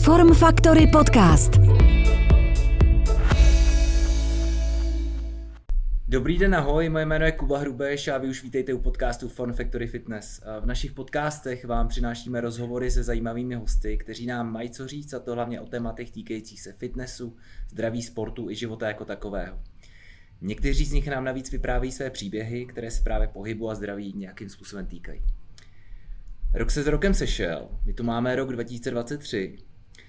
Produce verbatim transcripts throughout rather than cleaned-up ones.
Form Factory Podcast. Dobrý den, ahoj, moje jméno je Kuba Hrubeš a vy už vítejte u podcastu Form Factory Fitness. V našich podcastech vám přinášíme rozhovory se zajímavými hosty, kteří nám mají co říct, a to hlavně o tématech týkajících se fitnessu, zdraví, sportu i života jako takového. Někteří z nich nám navíc vyprávějí své příběhy, které se právě pohybu a zdraví nějakým způsobem týkají. Rok se s rokem sešel, my tu máme rok dva tisíce dvacet tři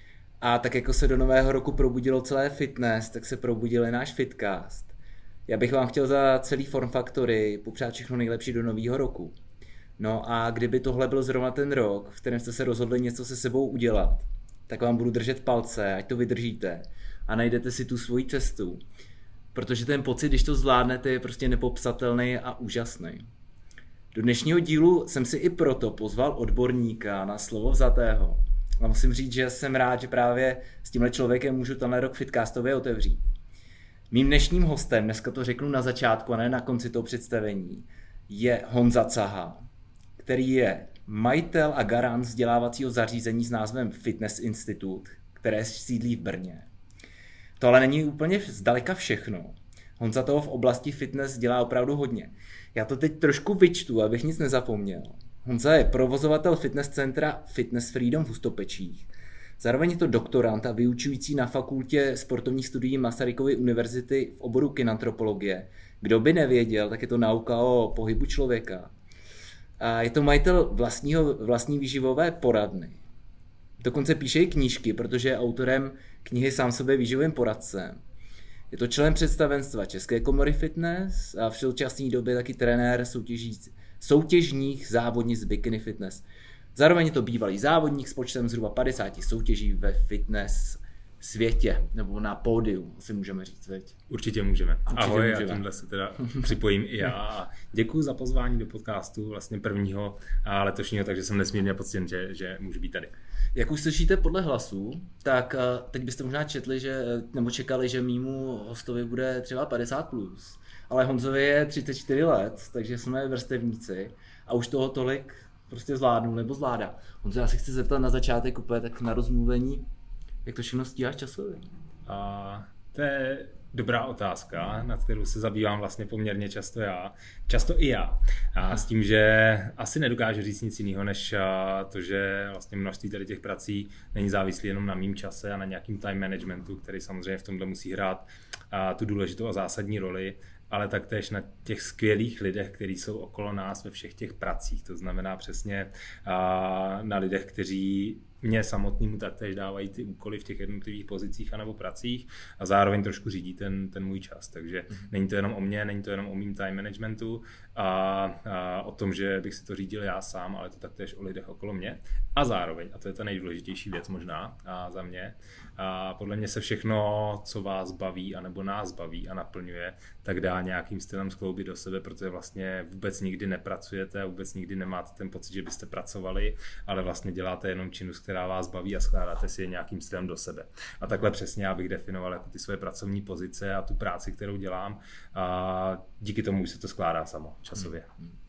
a tak jako se do nového roku probudilo celé fitness, tak se probudil i náš Fitcast. Já bych vám chtěl za celý Form Factory popřát všechno nejlepší do nového roku. No a kdyby tohle byl zrovna ten rok, v kterém jste se rozhodli něco se sebou udělat, tak vám budu držet palce, ať to vydržíte a najdete si tu svoji cestu. Protože ten pocit, když to zvládnete, je prostě nepopsatelný a úžasný. Do dnešního dílu jsem si i proto pozval odborníka na slovo vzatého. A musím říct, že jsem rád, že právě s tímhle člověkem můžu tenhle rok Fitcastově otevřít. Mým dnešním hostem, dneska to řeknu na začátku a ne na konci toho představení, je Honza Caha, který je majitel a garant vzdělávacího zařízení s názvem Fitness Institute, které sídlí v Brně. To ale není úplně zdaleka všechno. Honza toho v oblasti fitness dělá opravdu hodně. Já to teď trošku vyčtu, abych nic nezapomněl. Honza je provozovatel fitness centra Fitness Freedom v Hustopečích. Zároveň je to doktorant a vyučující na fakultě sportovních studií Masarykovy univerzity v oboru kinantropologie. Kdo by nevěděl, tak je to nauka o pohybu člověka. A je to majitel vlastního, vlastní výživové poradny. Dokonce píše i knížky, protože je autorem knihy Sám sobě výživovým poradcem. Je to člen představenstva České komory fitness a v současné době taky trenér soutěží, soutěžních závodnic bikini fitness. Zároveň je to bývalý závodník s počtem zhruba padesáti soutěží ve fitness světě, nebo na pódiu, asi můžeme říct, veď? Určitě můžeme. Určitě Ahoj, můžeme. A tímhle se teda připojím i já. Děkuji za pozvání do podcastu, vlastně prvního letošního, takže jsem nesmírně poctěn, že, že můžu být tady. Jak už slyšíte podle hlasů, tak teď byste možná četli, že, nebo čekali, že mýmu hostovi bude třeba padesát plus, ale Honzovi je třicet čtyři let, takže jsme vrstevníci a už toho tolik prostě zvládnu nebo zvládá. Honzo, já se chci zeptat na začátek úplně tak na rozmluvení, jak to všechno stíháš časově? A to je dobrá otázka, nad kterou se zabývám vlastně poměrně často já, často i já. A s tím, že asi nedokážu říct nic jiného, než to, že vlastně množství tady těch prací není závislý jenom na mým čase a na nějakým time managementu, který samozřejmě v tomhle musí hrát tu důležitou a zásadní roli, ale taktéž na těch skvělých lidech, kteří jsou okolo nás ve všech těch pracích. To znamená přesně na lidech, kteří mě samotnému taktéž dávají ty úkoly v těch jednotlivých pozicích anebo pracích a zároveň trošku řídí ten, ten můj čas. Takže mm. není to jenom o mně, není to jenom o mým time managementu a, a o tom, že bych si to řídil já sám, ale to taktéž o lidech okolo mě. A zároveň, a to je ta nejdůležitější věc možná a za mě, a podle mě se všechno, co vás baví anebo nás baví a naplňuje, tak dá nějakým stylem skloubit do sebe, protože vlastně vůbec nikdy nepracujete a vůbec nikdy nemáte ten pocit, že byste pracovali, ale vlastně děláte jenom činnost, která vás baví a skládáte si je nějakým stylem do sebe. A takhle přesně já bych definoval jako ty svoje pracovní pozice a tu práci, kterou dělám a díky tomu už se to skládá samo časově.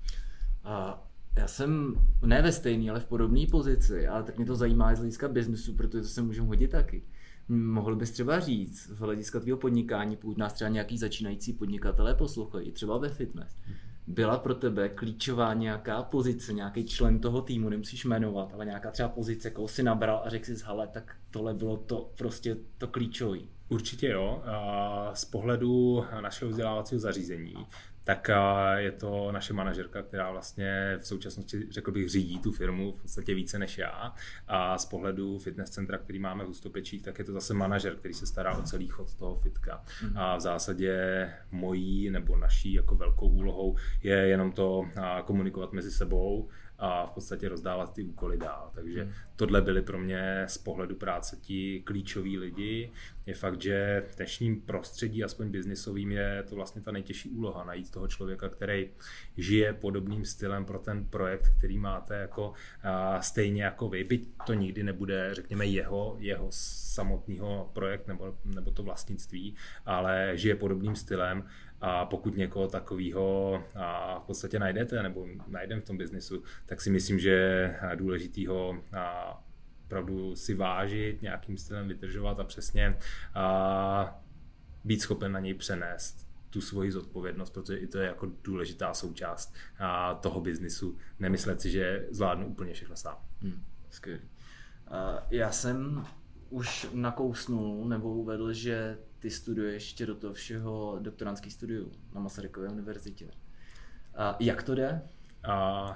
A já jsem ne ve stejný, ale v podobné pozici, ale tak mě to zajímá z hlediska biznesu, protože to se můžu hodit taky. Mohl bys třeba říct z hlediska tvého podnikání, pokud nás třeba nějaký začínající podnikatelé poslouchají, třeba ve fitness, byla pro tebe klíčová nějaká pozice, nějaký člen toho týmu, nemusíš jmenovat, ale nějaká třeba pozice, koho si nabral a řekl si, hele, tak tohle bylo to prostě to klíčové. Určitě jo. Z pohledu našeho vzdělávacího zařízení, tak je to naše manažerka, která vlastně v současnosti, řekl bych, řídí tu firmu v podstatě více než já. A z pohledu fitness centra, který máme v Hustopečích, tak je to zase manažer, který se stará o celý chod toho fitka. A v zásadě mojí nebo naší jako velkou úlohou je jenom to komunikovat mezi sebou a v podstatě rozdávat ty úkoly dál. Takže hmm. tohle byly pro mě z pohledu práce ti klíčoví lidi. Je fakt, že v dnešním prostředí, aspoň biznisovým, je to vlastně ta nejtěžší úloha, najít toho člověka, který žije podobným stylem pro ten projekt, který máte jako a, stejně jako vy. Byť to nikdy nebude, řekněme, jeho, jeho samotného projekt nebo, nebo to vlastnictví, ale žije podobným stylem. A pokud někoho takového v podstatě najdete nebo najdeme v tom biznisu, tak si myslím, že je důležitý ho opravdu si vážit, nějakým stylem vydržovat a přesně a být schopen na něj přenést tu svoji zodpovědnost, protože i to je jako důležitá součást a, toho biznisu. Nemyslet si, že zvládnu úplně všechno sám. Hmm, skvělý. Uh, já jsem už nakousnul nebo uvedl, že ty studuješ ještě do toho všeho doktorantský studium na Masarykově univerzitě. Uh, jak to jde? Uh,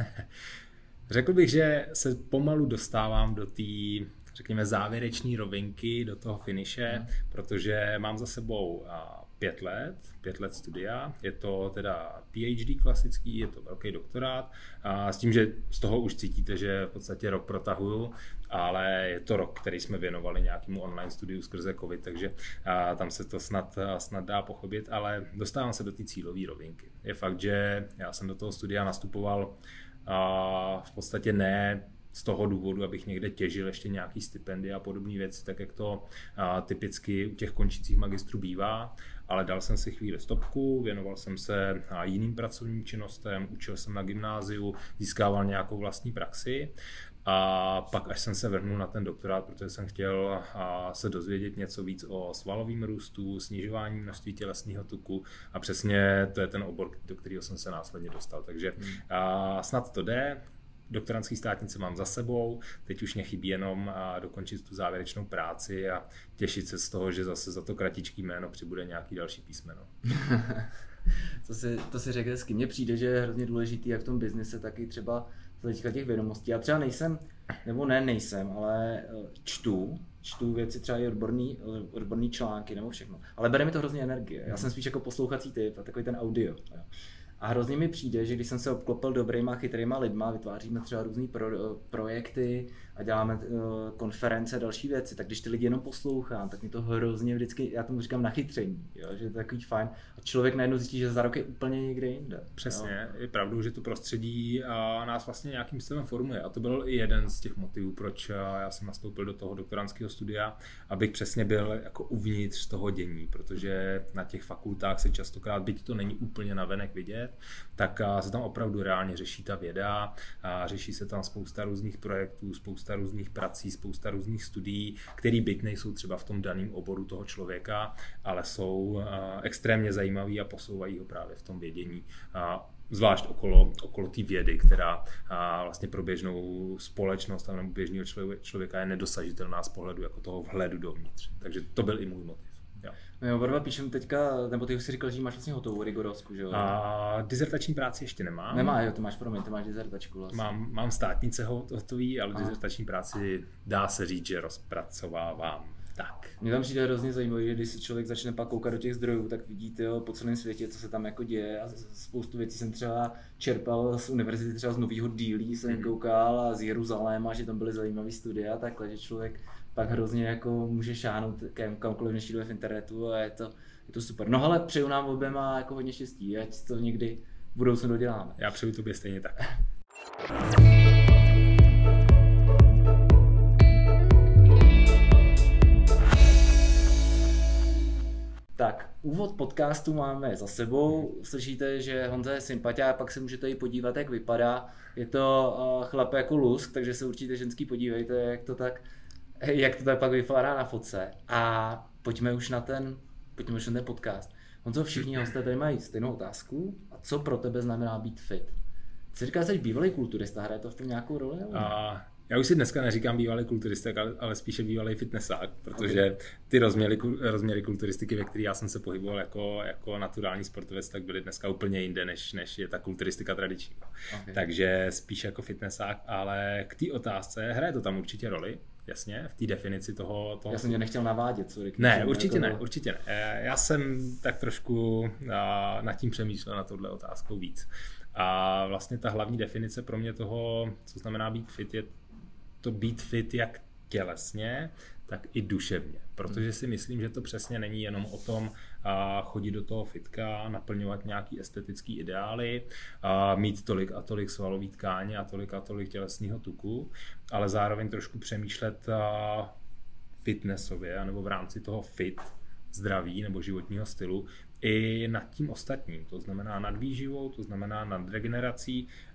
řekl bych, že se pomalu dostávám do té, řekněme, závěrečné rovinky, do toho finiše, hmm. protože mám za sebou uh, pět let, pět let studia, je to teda PhD klasický, je to velký doktorát a s tím, že z toho už cítíte, že v podstatě rok protahuju, ale je to rok, který jsme věnovali nějakému online studiu skrze covid, takže a, tam se to snad, snad dá pochopit, ale dostávám se do té cílové rovinky. Je fakt, že já jsem do toho studia nastupoval a, v podstatě ne z toho důvodu, abych někde těžil ještě nějaký stipendia a podobné věci, tak jak to a, typicky u těch končících magistrů bývá, ale dal jsem si chvíli stopku, věnoval jsem se a, jiným pracovním činnostem, učil jsem na gymnáziu, získával nějakou vlastní praxi a pak až jsem se vrhnul na ten doktorát, protože jsem chtěl a, se dozvědět něco víc o svalovém růstu, snižování množství tělesného tuku a přesně to je ten obor, do kterého jsem se následně dostal, takže a, snad to jde. Doktorantský státnice mám za sebou, teď už mě chybí jenom a dokončit tu závěrečnou práci a těšit se z toho, že zase za to kratičký jméno přibude nějaký další písmeno. to, si, to si řekl hezky. Mně přijde, že je hrozně důležitý jak v tom biznise, tak i třeba z hlediska těch vědomostí. Já třeba nejsem, nebo ne nejsem, ale čtu, čtu věci třeba i odborný, odborný články nebo všechno. Ale bere mi to hrozně energie. Já jsem spíš jako poslouchací typ a takový ten audio. Jo. A hrozně mi přijde, že když jsem se obklopil dobrýma, chytrýma lidma, vytváříme třeba různý pro, projekty a děláme uh, konference a další věci, tak když ty lidi jenom poslouchám, tak mi to hrozně vždycky, já tomu říkám nachytření, jo, že je to takový fajn. A člověk najednou zjistí, že za rok je úplně někde jinde. Přesně, jo. Je pravdou, že to prostředí a nás vlastně nějakým stylem formuje. A to byl i jeden z těch motivů, proč já jsem nastoupil do toho doktorandského studia, abych přesně byl jako uvnitř toho dění, protože na těch fakultách se častokrát, byť to není úplně navenek vidět, tak se tam opravdu reálně řeší ta věda, a řeší se tam spousta různých projektů, spousta různých prací, spousta různých studií, které byť nejsou třeba v tom daném oboru toho člověka, ale jsou extrémně zajímavý a posouvají ho právě v tom vědění. Zvlášť okolo, okolo té vědy, která a, vlastně pro běžnou společnost a nebo běžného člověka je nedosažitelná z pohledu jako toho vhledu dovnitř. Takže to byl i můj motiv. Jo. My oba dva píšem teďka, nebo ty už si říkal, že máš vlastně hotovou rigorovsku, že jo? A dizertační práci ještě nemám. Nemá, jo, to máš, promiň, ty máš dizertačku vlastně. Mám, mám státnice hotový, ale a. dizertační práci dá se říct, že rozpracovávám. Tak. Mně tam přijde hrozně zajímavé, že když si člověk začne pak koukat do těch zdrojů, tak vidíte jo, po celém světě, co se tam jako děje a spoustu věcí jsem třeba čerpal z univerzity, třeba z Nového Dílí jsem mm. koukal a z Jeruzaléma, že tam byly zajímavé studie a takhle, že člověk pak hrozně jako může šáhnout kam, kamkoliv dnešní době v internetu a je to, je to super. No ale přeju nám oběma jako hodně štěstí, ať to někdy v budoucnu doděláme. Já přeju tobě stejně tak. Tak, úvod podcastu máme za sebou, slyšíte, že Honza je sympatiák, pak se můžete i podívat, jak vypadá. Je to uh, chlap jako lusk, takže se určitě ženský podívejte, jak to tak, jak to tak pak vypadá na fotce. A pojďme už na ten, pojďme už na ten podcast. Honzo, všichni hosté tady mají stejnou otázku. A co pro tebe znamená být fit? Ty si říkáš, že jsi bývalý kulturista, hraje to v tom nějakou roli? A já už si dneska neříkám bývalý kulturistek, ale, ale spíše bývalý fitnessák, protože ty rozměry, rozměry kulturistiky, ve které já jsem se pohyboval jako, jako naturální sportovec, tak byly dneska úplně jinde, než, než je ta kulturistika tradiční. Okay. Takže spíš jako fitnessák, ale k té otázce hraje to tam určitě roli. Jasně, v té definici toho, toho... Já jsem tě nechtěl navádět, sorry. Ne, určitě ne, určitě ne. Já jsem tak trošku nad tím přemýšlel na touhle otázkou víc. A vlastně ta hlavní definice pro mě toho, co znamená být fit, je to být fit jak tělesně, tak i duševně. Protože si myslím, že to přesně není jenom o tom a, chodit do toho fitka, naplňovat nějaký estetický ideály, a, mít tolik a tolik svalový tkáně a tolik a tolik tělesného tuku, ale zároveň trošku přemýšlet a, fitnessově, nebo v rámci toho fit, zdraví nebo životního stylu, i nad tím ostatním, to znamená nad výživou, to znamená nad regenerací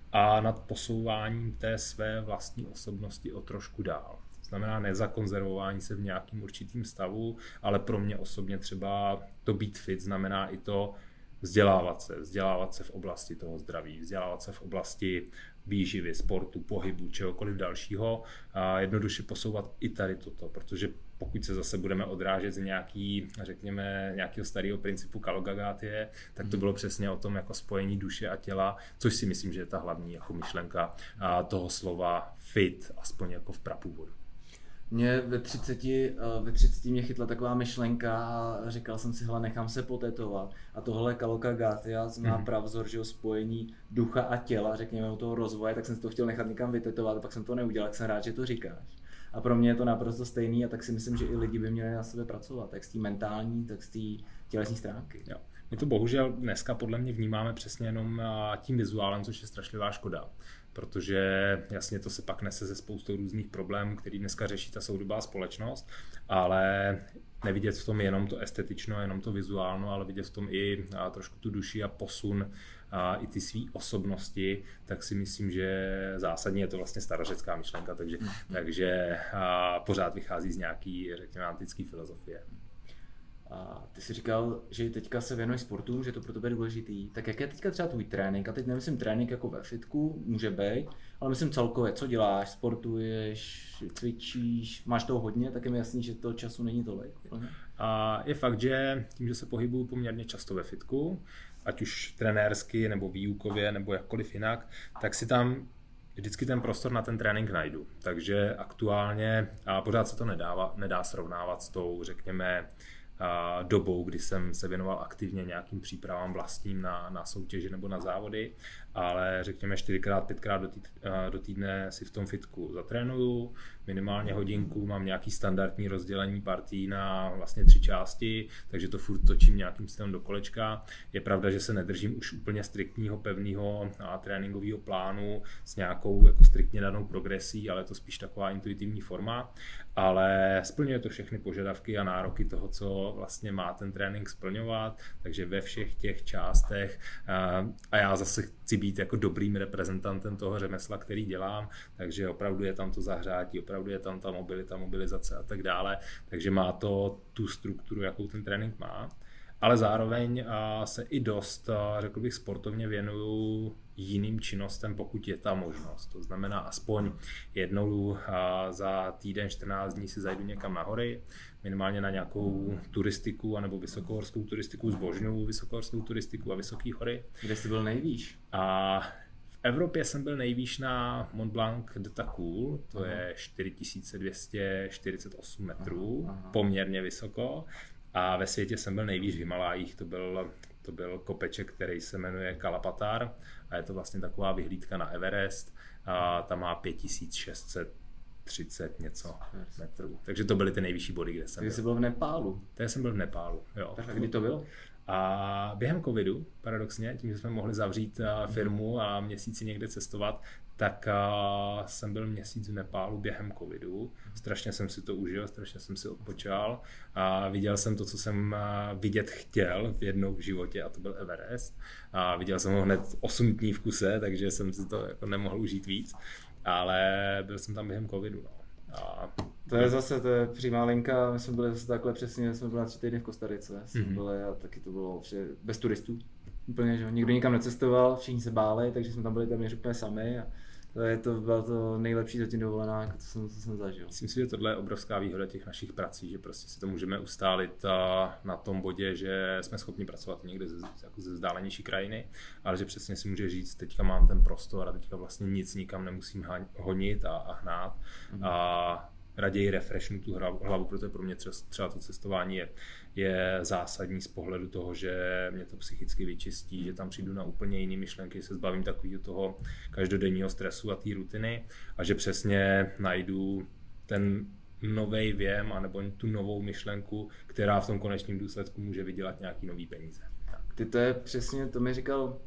a nad posouváním té své vlastní osobnosti o trošku dál. Znamená nezakonzervování se v nějakým určitým stavu, ale pro mě osobně třeba to být fit znamená i to vzdělávat se, vzdělávat se v oblasti toho zdraví, vzdělávat se v oblasti výživy, sportu, pohybu, čehokoliv dalšího a jednoduše posouvat i tady toto, protože pokud se zase budeme odrážet z nějaký, řekněme, nějakého starého principu Kalogagatie, tak to bylo přesně o tom jako spojení duše a těla, což si myslím, že je ta hlavní jako myšlenka toho slova fit, aspoň jako v prapůvodu. Mě ve třiceti, ve třiceti mě chytla taková myšlenka a říkal jsem si, hele, nechám se potetovat. A tohle Kalogagatia má mm. pravzor, že o spojení ducha a těla, řekněme o toho rozvoje, tak jsem si to chtěl nechat někam vytetovat a pak jsem to neudělal, tak jsem rád, že to říkáš. A pro mě je to naprosto stejný a tak si myslím, že i lidi by měli na sebe pracovat, tak z té mentální, tak z té tělesní stránky. Jo. My to bohužel dneska podle mě vnímáme přesně jenom tím vizuálem, což je strašlivá škoda. Protože jasně to se pak nese ze spoustou různých problémů, který dneska řeší ta soudobá společnost, ale nevidět v tom jenom to estetično, jenom to vizuálno, ale vidět v tom i a, trošku tu duši a posun a i ty svý osobnosti, tak si myslím, že zásadně je to vlastně starořecká myšlenka, takže, mm. takže a, pořád vychází z nějaký, řekněme, antické filozofie. A ty jsi říkal, že teďka se věnuješ sportu, že to pro tebe je důležitý. Tak jak je teďka třeba tvůj trénink? A teď nemyslím trénink jako ve fitku, může být, ale myslím celkově, co děláš, sportuješ, cvičíš, máš toho hodně, tak je mi jasný, že toho času není tolik. A je fakt, že tím, že se pohybuju poměrně často ve fitku, ať už trenérsky, nebo výukově, nebo jakkoliv jinak, tak si tam vždycky ten prostor na ten trénink najdu. Takže aktuálně, a pořád se to nedává, nedá srovnávat s tou, řekněme, dobou, kdy jsem se věnoval aktivně nějakým přípravám vlastním na, na soutěži nebo na závody, ale řekněme čtyřikrát, pětkrát do, tý, do týdne si v tom fitku zatrénuju, minimálně hodinku, mám nějaký standardní rozdělení partí na vlastně tři části, takže to furt točím nějakým stylem do kolečka. Je pravda, že se nedržím už úplně striktního, pevného tréninkového plánu s nějakou jako striktně danou progresí, ale je to spíš taková intuitivní forma, ale splňuje to všechny požadavky a nároky toho, co vlastně má ten trénink splňovat, takže ve všech těch částech a já zase chci být jako dobrým reprezentantem toho řemesla, který dělám, takže opravdu je tam to zahřátí, opravdu je tam ta mobilita, mobilizace a tak dále, takže má to tu strukturu, jakou ten trénink má, ale zároveň se i dost, řekl bych, sportovně věnuju jiným činnostem, pokud je ta možnost. To znamená aspoň jednou za týden, čtrnáct dní si zajdu někam na hory, minimálně na nějakou turistiku, anebo vysokohorskou turistiku, zbožňuju vysokohorskou turistiku a vysoké hory. Kde jsi byl nejvýš? A v Evropě jsem byl nejvýš na Mont Blanc de Tacoul, to aha. je čtyři tisíce dvě stě čtyřicet osm metrů, aha, aha. poměrně vysoko. A ve světě jsem byl nejvýš v Himalájích, to byl, to byl kopeček, který se jmenuje Kalapatar a je to vlastně taková vyhlídka na Everest a tam má pět tisíc šest set třicet něco metrů. Takže to byly ty nejvyšší body, kde jsem byl. Ty jsi byl v Nepálu. Tady jsem byl v Nepálu, jo. Tak a kdy to bylo? A během covidu, paradoxně, tím, že jsme mohli zavřít firmu a měsíci někde cestovat, tak jsem byl měsíc v Nepálu během covidu. Strašně jsem si to užil, strašně jsem si odpočal a viděl jsem to, co jsem vidět chtěl v jednou v životě, a to byl Everest. A viděl jsem ho hned osm dní v kuse, takže jsem si to jako nemohl užít víc, ale byl jsem tam během covidu. No. A to je zase, to je přímá linka, my jsme byli zase takhle přesně, jsme byli na tři týdny v Kostarice, jsme mm-hmm. byli a taky to bylo vše bez turistů, úplně, že nikdo nikam necestoval, všichni se báli, takže jsme tam byli tam úplně sami a to, je to bylo to nejlepší zatím dovolená, jako to jsem, to jsem zažil. Myslím si, že tohle je obrovská výhoda těch našich prací, že prostě si to můžeme ustálit na tom bodě, že jsme schopni pracovat někde ze, jako ze vzdálenější krajiny, ale že přesně si může říct, teďka mám ten prostor a teďka vlastně nic nikam nemusím honit a, a hnát. Mm-hmm. A raději refreshnu tu hlavu, protože pro mě třeba, třeba to cestování je, je zásadní z pohledu toho, že mě to psychicky vyčistí, že tam přijdu na úplně jiné myšlenky, se zbavím takového toho každodenního stresu a té rutiny a že přesně najdu ten novej věm anebo tu novou myšlenku, která v tom konečném důsledku může vydělat nějaký nový peníze. Tak. Ty to je přesně, to mi říkal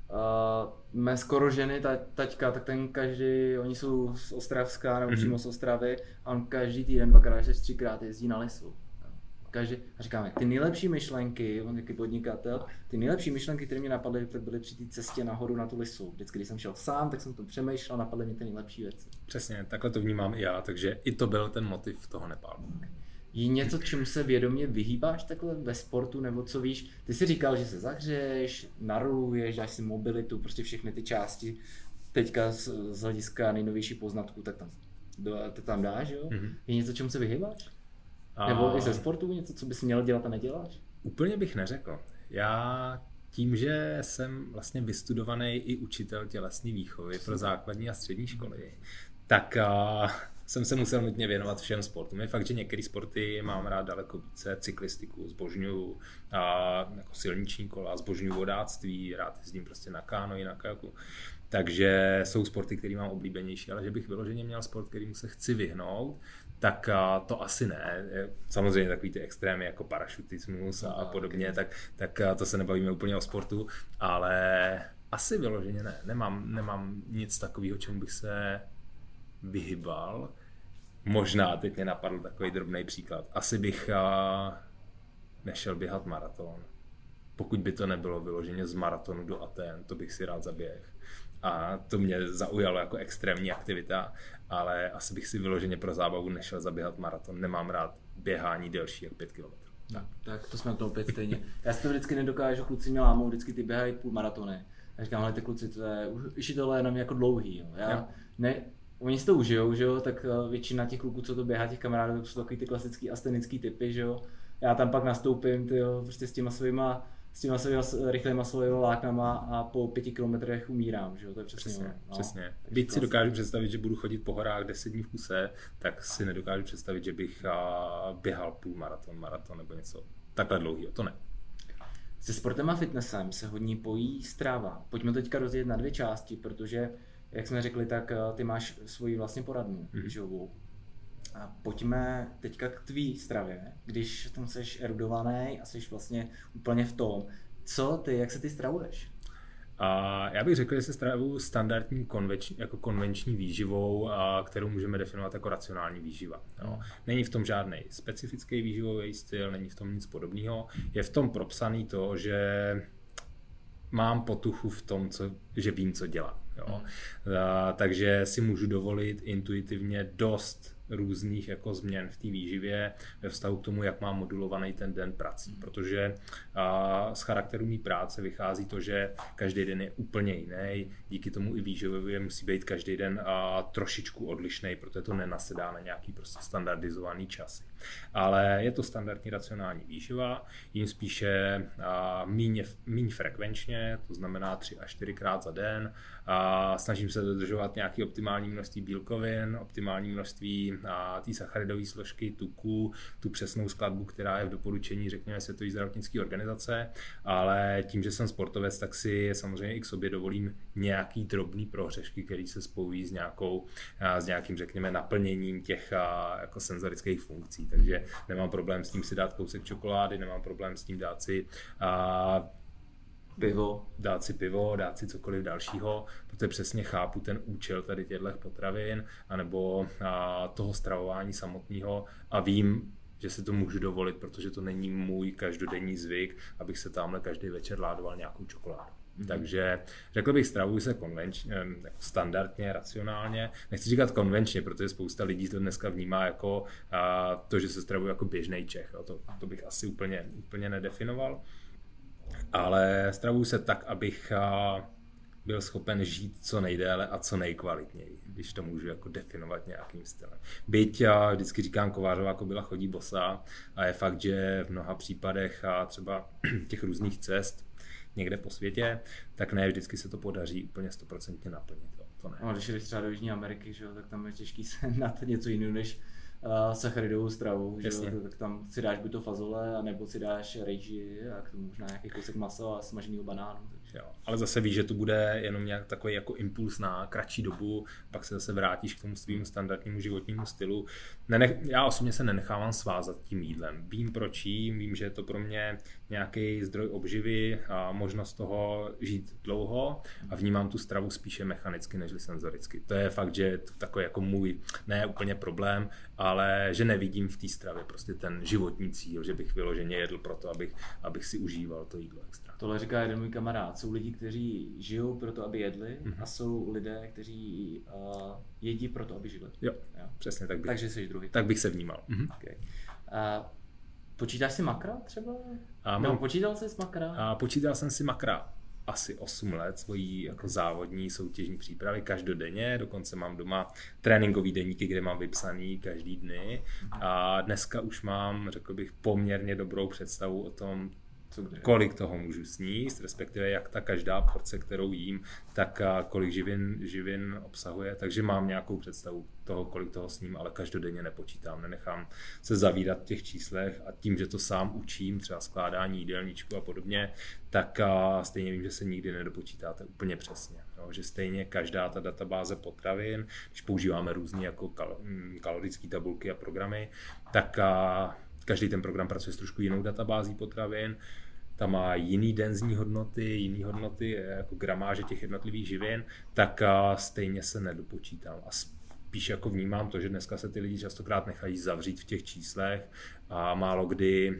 Uh, mé skoro ženy, ta, taťka, tak ten každý, oni jsou z Ostravska nebo mm-hmm. přímo z Ostravy a on každý týden dvakrát až třikrát jezdí na Lisu. Každý, a říkáme, ty nejlepší myšlenky, on jaký podnikatel, ty nejlepší myšlenky, které mě napadly, tak byly při té cestě nahoru na tu Lisu. Vždycky, když jsem šel sám, tak jsem to přemýšlel, napadly mě ty nejlepší věci. Přesně, takhle to vnímám i já, takže i to byl ten motiv toho Nepálu. Je něco, čemu se vědomě vyhýbáš takhle ve sportu, nebo co víš? Ty jsi říkal, že se zahřeješ, naroluješ, dáš si mobilitu, prostě všechny ty části. Teďka z, z hlediska nejnovější poznatků, tak tam, to tam dáš, jo? Mm-hmm. Je něco, čemu se vyhýbáš? A... Nebo i ze sportu něco, co bys měl dělat a neděláš? Úplně bych neřekl. Já tím, že jsem vlastně vystudovaný i učitel tělesné výchovy pro základní a střední školy, tak a, jsem se musel nutně věnovat všem sportům. Je fakt, že některé sporty mám rád daleko více, cyklistiku, zbožňuju, a, jako silniční kola, zbožňuju vodáctví, rád jezdím prostě na kánoji, na kajaku. Takže jsou sporty, které mám oblíbenější, ale že bych vyloženě měl sport, kterému se chci vyhnout, tak to asi ne. Samozřejmě takový ty extrémy jako parašutismus a, a podobně, tak, tak to se nebavíme úplně o sportu, ale asi vyloženě ne. Nemám, nemám nic takového, čemu bych se vyhybal. Možná teď mě napadl takový drobný příklad. Asi bych nešel běhat maraton. Pokud by to nebylo vyloženě z maratonu do Aten, to bych si rád zaběhl. A to mě zaujalo jako extrémní aktivita, ale asi bych si vyloženě pro zábavu nešel zaběhat maraton. Nemám rád běhání delší jak pět kilometrů. Tak, tak to jsme na to opět stejně. Já si to vždycky nedokážu, kluci mě lámou, vždycky ty běhají půl maratony. Já říkám, ale ty kluci, to je, už je tohle jenom jako dlouhý. Jo. Já, jo. Ne, oni si to užijou, že jo, tak většina těch kluků, co to běhá, těch kamarádů, to jsou takový ty klasický astenický typy, že jo. Já tam pak nastoupím, ty jo, prostě s těma svýma s těma svýma rychlejma slovými láknama a po pěti kilometrech umírám, že jo, to je přesně. Přesně, no. přesně. Byť si dokážu představit, že budu chodit po horách deset dní v kuse, tak si nedokážu představit, že bych běhal půl maraton, maraton nebo něco takhle dlouhýho, to ne. Se sportem a fitnessem se hodně pojí stráva. Pojďme teďka rozdělit na dvě části, protože, jak jsme řekli, tak ty máš svoji vlastně poradnu lyžovou. Hmm. A pojďme teďka k tvý stravě, když tam seš erudovaný a seš vlastně úplně v tom. Co ty, jak se ty stravuješ? A já bych řekl, že se stravuju standardní konvenční, jako konvenční výživou, a kterou můžeme definovat jako racionální výživa. Jo. Není v tom žádný specifický výživový styl, není v tom nic podobného. Je v tom propsaný to, že mám potuchu v tom, co, že vím, co dělám. Jo. A, takže si můžu dovolit intuitivně dost různých jako změn v té výživě ve vztahu k tomu, jak mám modulovaný ten den prací, protože a, z charakteru mý práce vychází to, že každý den je úplně jiný, díky tomu i výživově musí být každý den a, trošičku odlišný, protože to nenasedá na nějaký prostě standardizovaný časy. Ale je to standardní racionální výživa, jim spíše a, míň, míň frekvenčně, to znamená tři až čtyřikrát za den, a snažím se dodržovat nějaké optimální množství bílkovin, optimální množství té sacharidové složky, tuku, tu přesnou skladbu, která je v doporučení, řekněme, Světové zdravotnické organizace, ale tím, že jsem sportovec, tak si samozřejmě i k sobě dovolím nějaký drobný prohřešky, který se spojí s nějakou, s nějakým, řekněme, naplněním těch jako senzorických funkcí, takže nemám problém s tím si dát kousek čokolády, nemám problém s tím dát si a, pivo. Dát si pivo, dát si cokoliv dalšího, protože přesně chápu ten účel tady těchto potravin anebo a, toho stravování samotného a vím, že si to můžu dovolit, protože to není můj každodenní zvyk, abych se tamhle každý večer ládoval nějakou čokoládu. Mm-hmm. Takže řekl bych, stravuji se konvenčně, standardně, racionálně. Nechci říkat konvenčně, protože spousta lidí to dneska vnímá jako a, to, že se stravuji jako běžný Čech. To, to bych asi úplně, úplně nedefinoval. Ale stravuju se tak, abych byl schopen žít co nejdéle a co nejkvalitněji, když to můžu jako definovat nějakým stylem. Byť vždycky říkám, kovářová kobyla chodí bosá a je fakt, že v mnoha případech a třeba těch různých cest někde po světě, tak ne vždycky se to podaří úplně stoprocentně naplnit. To ne. No, když jdeš třeba do Jižní Ameriky, že, tak tam je těžký se na to něco jiného než uh, sacharidovou stravu, že, tak tam si dáš buď to fazole, anebo si dáš rejži a k tomu možná nějaký kousek masa a smaženýho banánu. Takže. Jo. Ale zase víš, že to bude jenom nějak takový jako impuls na kratší dobu, pak se zase vrátíš k tomu svým standardnímu životnímu stylu. Nenech, já osobně se nenechávám svázat tím jídlem. Vím proč jím, vím, že je to pro mě nějaký zdroj obživy a možnost toho žít dlouho a vnímám tu stravu spíše mechanicky než senzoricky. To je fakt, že je to takový jako můj, ne úplně problém, ale že nevidím v té stravě prostě ten životní cíl, že bych vyloženě jedl proto, abych, abych si užíval to jídlo extra. Tohle říká jeden můj kamarád. Jsou lidi, kteří žijou proto, aby jedli, mm-hmm. a jsou lidé, kteří uh, jedí proto, aby žili. Jo, jo. Přesně tak bych. Takže jsi druhý. Tak bych se vnímal. Mm-hmm. Okay. Uh, počítáš si makra třeba? A Nebo mám, počítal jsi s makra? A počítal jsem si makra asi osm let svojí jako závodní soutěžní přípravy každodenně, dokonce mám doma tréninkový deníky, kde mám vypsaný každý dny a dneska už mám, řekl bych, poměrně dobrou představu o tom, kolik toho můžu sníst, respektive jak ta každá porce, kterou jím, tak kolik živin, živin obsahuje, takže mám nějakou představu toho, kolik toho sním, ale každodenně nepočítám, nenechám se zavírat v těch číslech a tím, že to sám učím, třeba skládání jídelníčku a podobně, tak stejně vím, že se nikdy nedopočítáte úplně přesně. Jo, že stejně každá ta databáze potravin, když používáme různé jako kal- kalorické tabulky a programy, tak každý ten program pracuje s trošku jinou databází potravin, tam má jiný denzní hodnoty, jiný hodnoty jako gramáže těch jednotlivých živin, tak stejně se nedopočítám. A spíš jako vnímám to, že dneska se ty lidi častokrát nechají zavřít v těch číslech a málo kdy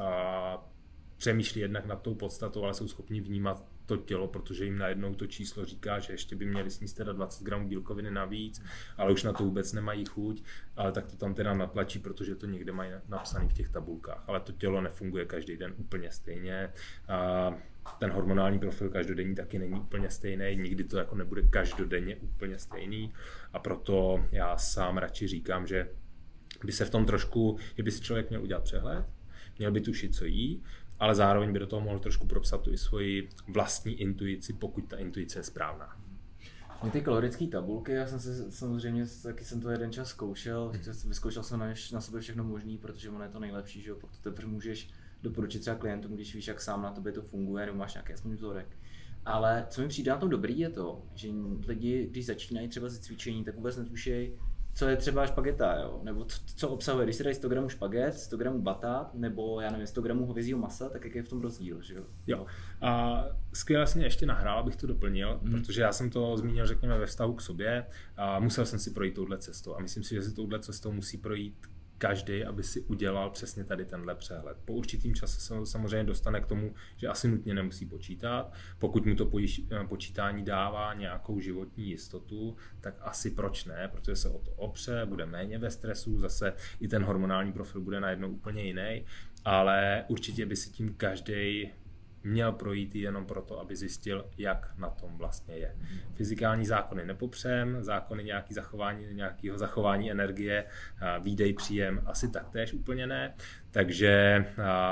a přemýšlí jednak nad tou podstatou, ale jsou schopni vnímat to tělo, protože jim najednou to číslo říká, že ještě by měli sníst teda dvacet gramů bílkoviny navíc, ale už na to vůbec nemají chuť, ale tak to tam teda natlačí, protože to někde mají napsané v těch tabulkách. Ale to tělo nefunguje každý den úplně stejně. A ten hormonální profil každodenní taky není úplně stejný, nikdy to jako nebude každodenně úplně stejný a proto já sám radši říkám, že by se v tom trošku, že by si člověk měl udělat přehled, měl by tušit, co jí, ale zároveň by do toho mohl trošku propsat tu i svoji vlastní intuici, pokud ta intuice je správná. Mě ty kalorické tabulky, já jsem se samozřejmě, taky jsem to jeden čas zkoušel, vyzkoušel jsem na, na sebe všechno možný, protože ono je to nejlepší, že jo, pokud to teprve můžeš doporučit třeba klientům, když víš, jak sám na tobě to funguje, nebo máš nějaký aspoň vzorek. Ale co mi přijde na tom dobrý je to, že lidi, když začínají třeba ze cvičení, tak vůbec netušejí, co je třeba špageta, jo? Nebo co obsahuje. Když si dají sto gramů špaget, sto gramů batát, nebo já nevím, sto gramů hovězího masa, tak jaký je v tom rozdíl, že jo? Jo. A skvěle jsi mě ještě nahrál, abych to doplnil, mm. protože já jsem to zmínil, řekněme, ve vztahu k sobě a musel jsem si projít touhle cestou a myslím si, že si touhle cestou musí projít každý, aby si udělal přesně tady tenhle přehled. Po určitým čase se samozřejmě dostane k tomu, že asi nutně nemusí počítat. Pokud mu to počítání dává nějakou životní jistotu, tak asi proč ne, protože se o to opře, bude méně ve stresu, zase i ten hormonální profil bude najednou úplně jiný, ale určitě by si tím každý měl projít jenom proto, aby zjistil, jak na tom vlastně je. Fyzikální zákony nepopřem, zákony nějaký zachování, nějakého zachování energie, výdej, příjem asi taktéž úplně ne, takže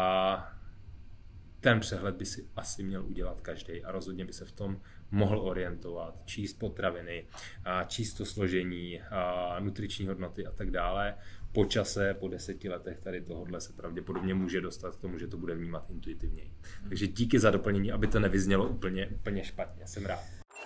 ten přehled by si asi měl udělat každý a rozhodně by se v tom mohl orientovat, číst potraviny, číst to složení, nutriční hodnoty a tak dále. Po čase, po deseti letech tady tohodle se pravděpodobně může dostat k tomu, že to bude vnímat intuitivněji. Takže díky za doplnění, aby to nevyznělo úplně, úplně špatně. Jsem rád.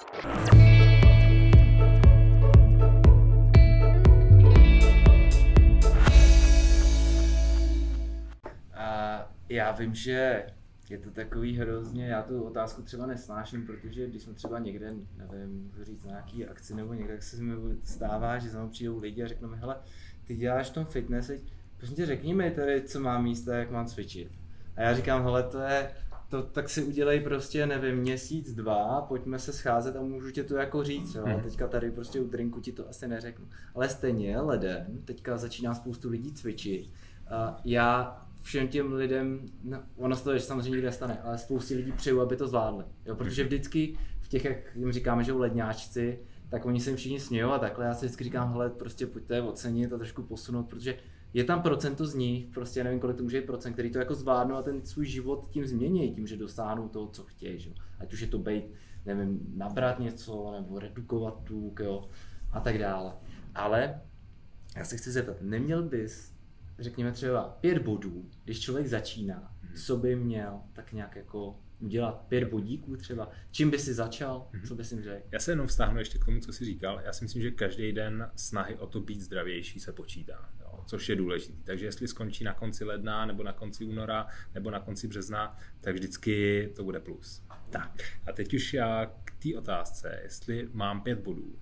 A já vím, že je to takový hrozně, já tu otázku třeba nesnáším, protože když jsme třeba někde, nevím, můžu říct na nějaký akci nebo někde, jak se mi stává, že za mnou přijdou lidi a řeknou mi, hele, ty děláš v tom fitness, prosím tě řekni mi tady, co mám místa, jak mám cvičit. A já říkám, hele, to je, to, tak si udělej prostě, nevím, měsíc, dva, pojďme se scházet a můžu ti to jako říct, jo. Hmm. Teďka tady prostě u drinku ti to asi neřeknu. Ale stejně leden, teďka začíná spoustu lidí cvičit. A já všem těm lidem, no, ono se to ještě samozřejmě nikdy nestane, ale spoustě lidí přeju, aby to zvládli. Jo, protože vždycky v těch, jak jim říkáme, že u ledňáčci, tak oni se jim všichni smějou a takhle. Já si vždycky říkám, hele, prostě pojďte ocenit a trošku posunout, protože je tam procento z nich, prostě já nevím, kolik to může být procent, který to jako zvládnou a ten svůj život tím změní, tím, že dosáhnou toho, co chtějí, že? Ať už je to být, nevím, nabrat něco, nebo redukovat tuk, jo, a tak dále. Ale já se chci zeptat, neměl bys, řekněme třeba pět bodů, když člověk začíná, co by měl tak nějak jako udělat? Pět bodíků třeba? Čím by si začal? Co bys jim řekl? Já se jenom vztáhnu ještě k tomu, co jsi říkal. Já si myslím, že každý den snahy o to být zdravější se počítá, jo, což je důležité. Takže jestli skončí na konci ledna, nebo na konci února, nebo na konci března, tak vždycky to bude plus. Tak, a teď už já k té otázce, jestli mám pět bodů.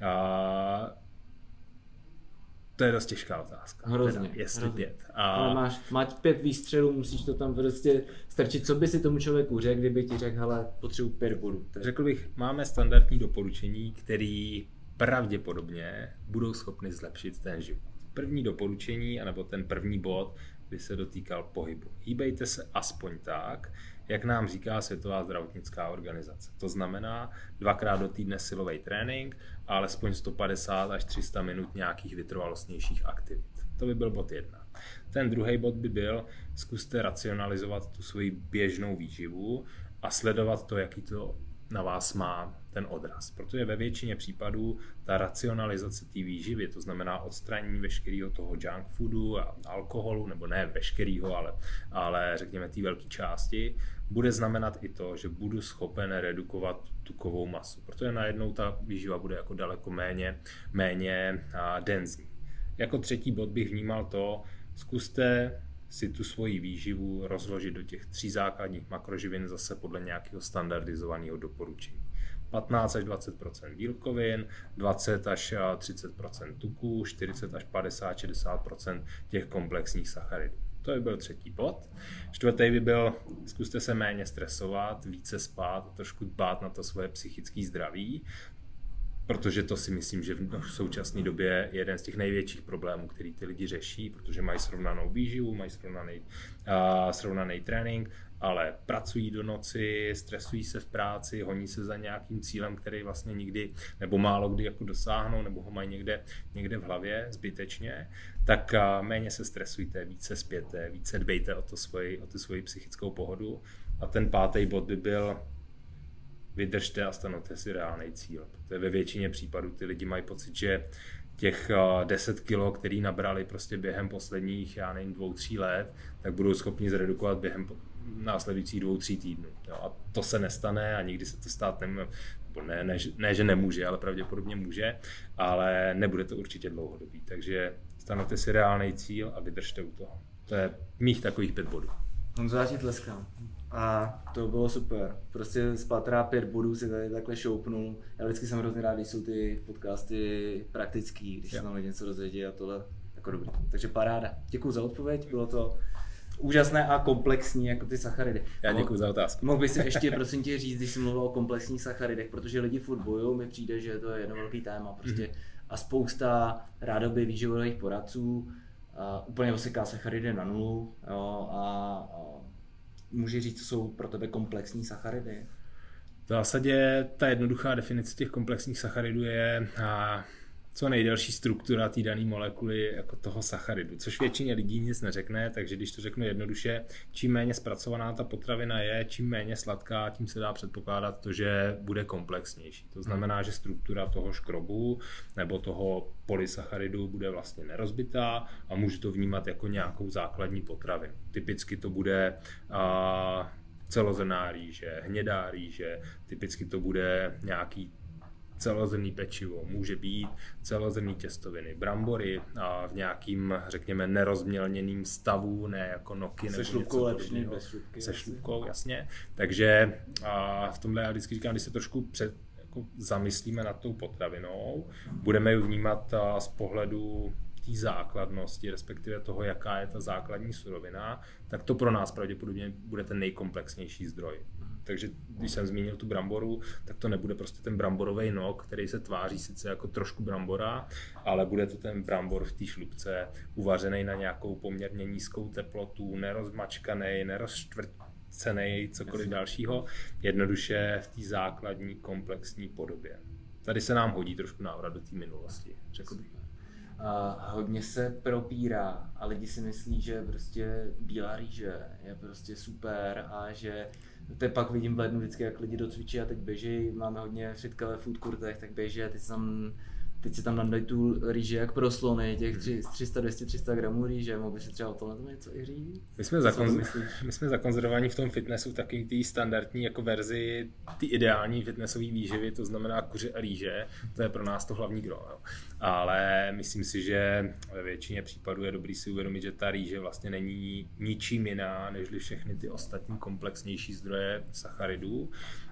A to je dost těžká otázka. Hrozně. Teda, jestli hrozně. pět. A... Ale máš, máš pět výstřelů, musíš to tam prostě strčit. Co by si tomu člověku řekl, kdyby ti řekl, hele, potřebuji pět bodů? Řekl bych, máme standardní doporučení, které pravděpodobně budou schopny zlepšit ten život. První doporučení, anebo ten první bod, by se dotýkal pohybu. Hýbejte se aspoň tak, jak nám říká Světová zdravotnická organizace. To znamená dvakrát do týdne silový trénink a alespoň sto padesát až tři sta minut nějakých vytrvalostnějších aktivit. To by byl bod jedna. Ten druhý bod by byl, zkuste racionalizovat tu svoji běžnou výživu a sledovat to, jaký to na vás má ten odraz. Protože ve většině případů ta racionalizace té výživy, to znamená odstranění veškerého toho junk foodu a alkoholu, nebo ne veškerého, ale, ale řekněme té velké části, bude znamenat i to, že budu schopen redukovat tukovou masu. Protože najednou ta výživa bude jako daleko méně, méně denzní. Jako třetí bod bych vnímal to, zkuste si tu svoji výživu rozložit do těch tří základních makroživin zase podle nějakého standardizovaného doporučení. patnáct až dvacet procent bílkovin, dvacet až třicet procent tuků, čtyřicet až padesát šedesát procent těch komplexních sacharidů. To by byl třetí bod. Čtvrtý by byl, zkuste se méně stresovat, více spát, trošku dbát na to svoje psychické zdraví, protože to si myslím, že v současné době je jeden z těch největších problémů, který ty lidi řeší, protože mají srovnanou výživu, mají srovnaný, uh, srovnaný trénink, ale pracují do noci, stresují se v práci, honí se za nějakým cílem, který vlastně nikdy nebo málo kdy jako dosáhnou, nebo ho mají někde, někde v hlavě zbytečně, tak uh, méně se stresujte, více spěte, více dbejte o, to svoji, o tu svoji psychickou pohodu. A ten pátý bod by byl, vydržte a stanovte si reálný cíl. Protože ve většině případů ty lidi mají pocit, že těch deset kilo, který nabrali prostě během posledních, já nevím, dvou, tří let, tak budou schopni zredukovat během následujících dvou, tří týdnů. Jo, a to se nestane a nikdy se to stát nemůže. Ne, ne, ne, že nemůže, ale pravděpodobně může, ale nebude to určitě dlouhodobý. Takže stanovte si reálný cíl a vydržte u toho. To je mých takových pět bodů. Honzo, já ti tleskám. A to bylo super. Prostě z patra pět bodů si tady takhle šoupnul. Já vždycky jsem hrozně rád, když jsou ty podcasty praktický, když se tam lidi něco dozvědí a tohle jako dobrý. Takže paráda. Děkuju za odpověď, bylo to úžasné a komplexní jako ty sacharidy. Já děkuju za otázku. Mohl bys si ještě prosím tě říct, když jsi mluvil o komplexních sacharidech, protože lidi furt bojou, mi přijde, že to je jedno velký téma. Prostě a spousta rádoby výživových poradců a úplně oseká sacharidy na nulu, jo, a, a můžeš říct, co jsou pro tebe komplexní sacharidy? V zásadě ta jednoduchá definice těch komplexních sacharidů je a, co nejdelší struktura té dané molekuly jako toho sacharidu, což většině lidí nic neřekne, takže když to řeknu jednoduše, čím méně zpracovaná ta potravina je, čím méně sladká, tím se dá předpokládat to, že bude komplexnější. To znamená, že struktura toho škrobu nebo toho polysacharidu bude vlastně nerozbitá a může to vnímat jako nějakou základní potravinu. Typicky to bude a, celozrnná rýže, hnědá rýže, typicky to bude nějaký celozrnný pečivo, může být celozrnný těstoviny, brambory a v nějakým, řekněme, nerozmělněným stavu, ne jako noky nebo něco podobného. Se šlupkou, jasně. Takže a v tomhle já vždycky říkám, když se trošku před, jako zamyslíme nad tou potravinou, budeme ji vnímat z pohledu té základnosti, respektive toho, jaká je ta základní surovina, tak to pro nás pravděpodobně bude ten nejkomplexnější zdroj. Takže když jsem zmínil tu bramboru, tak to nebude prostě ten bramborový nok, který se tváří sice jako trošku brambora, ale bude to ten brambor v té šlupce, uvařený na nějakou poměrně nízkou teplotu, nerozmačkaný, nerozštvrcený, cokoliv dalšího, jednoduše v té základní komplexní podobě. Tady se nám hodí trošku návrat do té minulosti, řekl bych. A hodně se propírá a lidi si myslí, že prostě bílá rýže je prostě super a že to pak vidím v lednu vždycky, jak lidi docvičí a teď běží, máme hodně fitka ve food courtech, tak běží a teď tam teď si tam nadají tu rýži jak pro slony, těch tři sta, dvě stě, tři sta gramů rýže, mohl by si třeba o tomhle něco i říct? My jsme, zakonz... My jsme zakonzervovaní v tom fitnessu v takový té standardní jako verzi, ty ideální fitnessové výživy, to znamená kuře a rýže, to je pro nás to hlavní gro. Jo. Ale myslím si, že ve většině případů je dobrý si uvědomit, že ta rýže vlastně není ničím jiná, nežli všechny ty ostatní komplexnější zdroje sacharidů.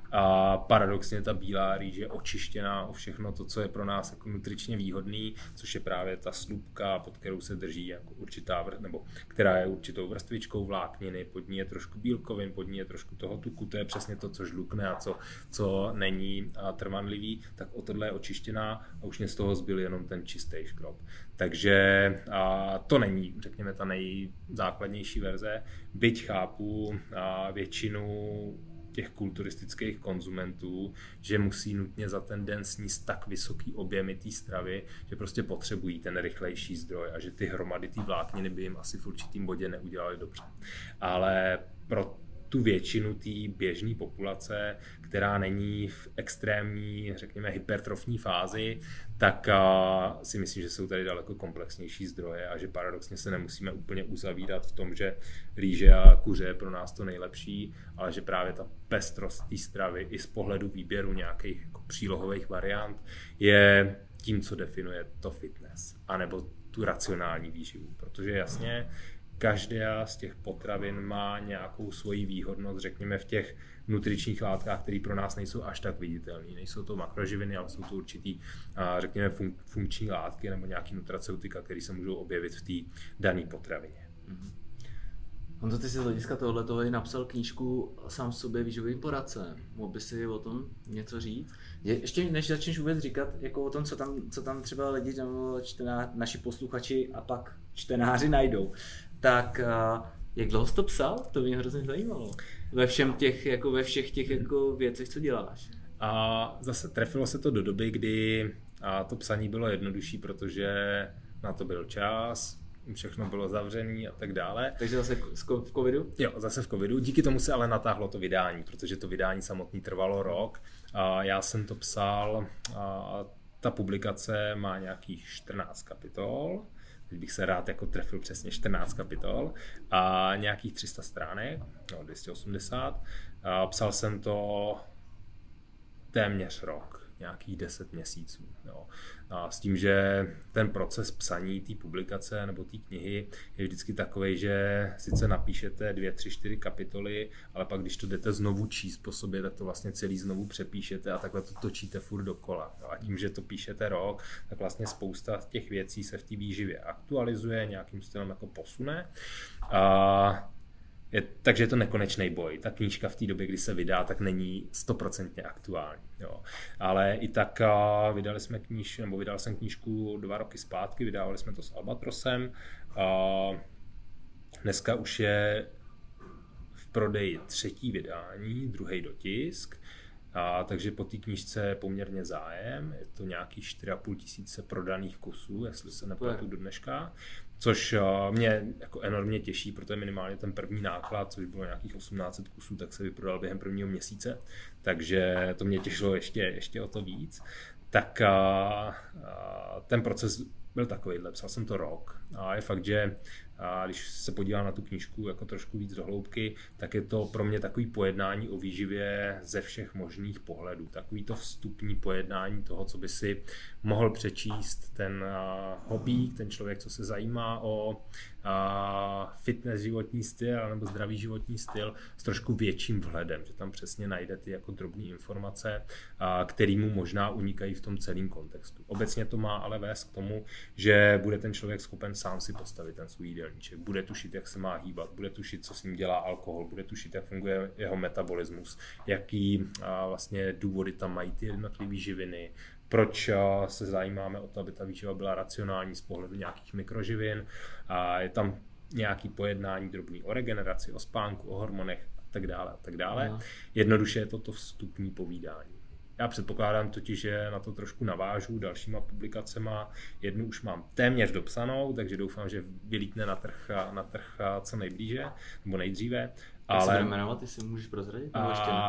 A paradoxně ta bílá rýže je očištěná o všechno to, co je pro nás jako nutričně výhodný, což je právě ta slupka, pod kterou se drží jako určitá vrst, nebo která je určitou vrstvičkou vlákniny, pod ní je trošku bílkovin, pod ní je trošku toho tuku, to je přesně to, co žlukne a co, co není trvanlivý, tak o tohle je očištěná a už mě z toho zbyl jenom ten čistý škrob. Takže a to není, řekněme, ta nejzákladnější verze, byť chápu a většinu těch kulturistických konzumentů, že musí nutně za ten den sníst tak vysoký objemy té stravy, že prostě potřebují ten rychlejší zdroj a že ty hromady té vlákniny by jim asi v určitým bodě neudělaly dobře. Ale pro tu většinu té běžné populace, která není v extrémní, řekněme, hypertrofní fázi, tak uh, si myslím, že jsou tady daleko komplexnější zdroje a že paradoxně se nemusíme úplně uzavírat v tom, že rýže a kuře je pro nás to nejlepší, ale že právě ta pestrost té stravy i z pohledu výběru nějakých jako přílohových variant je tím, co definuje to fitness, anebo tu racionální výživu, protože jasně každá z těch potravin má nějakou svoji výhodnost, řekněme v těch nutričních látkách, které pro nás nejsou až tak viditelné. Nejsou to makroživiny, ale jsou to určitý, řekněme, fun- funkční látky nebo nějaký nutraceutika, které se můžou objevit v té dané potravině. Mm-hmm. Honzo, ty si z hlediska tohletoho i napsal knížku sám sobě výživovým poradcem. Mohl by si o tom něco říct? Je, ještě než začneš vůbec říkat jako o tom, co tam, co tam třeba lidi, čtená, naši posluchači a pak čtenáři najdou, tak uh, jak dlouho jsi to psal? To mě hrozně zajímalo. Ve všem těch, jako ve všech těch jako věcech, co děláš. A zase trefilo se to do doby, kdy a to psaní bylo jednodušší, protože na to byl čas, všechno bylo zavřený a tak dále. Takže zase v covidu? Jo, zase v covidu. Díky tomu se ale natáhlo to vydání, protože to vydání samotný trvalo rok. A já jsem to psal, a ta publikace má nějakých čtrnáct kapitol. Teď bych se rád jako trefil přesně čtrnáct kapitol a nějakých tři sta stránek, no dvě stě osmdesát. A psal jsem to téměř rok, nějakých deset měsíců. Jo. A s tím, že ten proces psaní té publikace nebo té knihy je vždycky takovej, že sice napíšete dvě, tři, čtyři kapitoly, ale pak když to jdete znovu číst po sobě, tak to vlastně celý znovu přepíšete a takhle to točíte furt dokola. Jo. A tím, že to píšete rok, tak vlastně spousta těch věcí se v té výživě aktualizuje, nějakým stylem jako posune. A Je, takže je to nekonečný boj. Ta knížka v té době, kdy se vydá, tak není stoprocentně aktuální. Jo. Ale i tak uh, vydali jsme kníž, nebo vydal jsem knížku dva roky zpátky, vydávali jsme to s Albatrosem. Uh, dneska už je v prodeji třetí vydání, druhý dotisk. A, takže po té knížce je poměrně zájem, je to nějakých čtyři a půl tisíce prodaných kusů, jestli se nepletu do dneška, což uh, mě jako enormně těší, protože minimálně ten první náklad, což bylo nějakých osmnáct set kusů, tak se vyprodal během prvního měsíce, takže to mě těšilo ještě, ještě o to víc. Tak uh, uh, ten proces byl takovýhle, psal jsem to rok a je fakt, že a když se podívám na tu knížku jako trošku víc do hloubky, tak je to pro mě takový pojednání o výživě ze všech možných pohledů. Takový to vstupní pojednání toho, co by si mohl přečíst ten hobík, ten člověk, co se zajímá o fitness životní styl nebo zdravý životní styl s trošku větším vhledem, že tam přesně najde ty jako drobné informace, které mu možná unikají v tom celém kontextu. Obecně to má ale vést k tomu, že bude ten člověk schopen sám si postavit ten svůj jídelníček, bude tušit, jak se má hýbat, bude tušit, co s ním dělá alkohol, bude tušit, jak funguje jeho metabolismus, jaký vlastně důvody tam mají ty jednotlivé živiny, proč se zajímáme o to, aby ta výživa byla racionální z pohledu nějakých mikroživin. A je tam nějaký pojednání drobný o regeneraci, o spánku, o hormonech a tak dále a tak dále. No. Jednoduše je to to vstupní povídání. Já předpokládám totiž, že na to trošku navážu dalšíma publikacema. Jednu už mám téměř dopsanou, takže doufám, že vylítne na trh, na trh co nejblíže, nebo nejdříve. Jak ale... se bude jmenovat, ty si můžeš prozradit? A...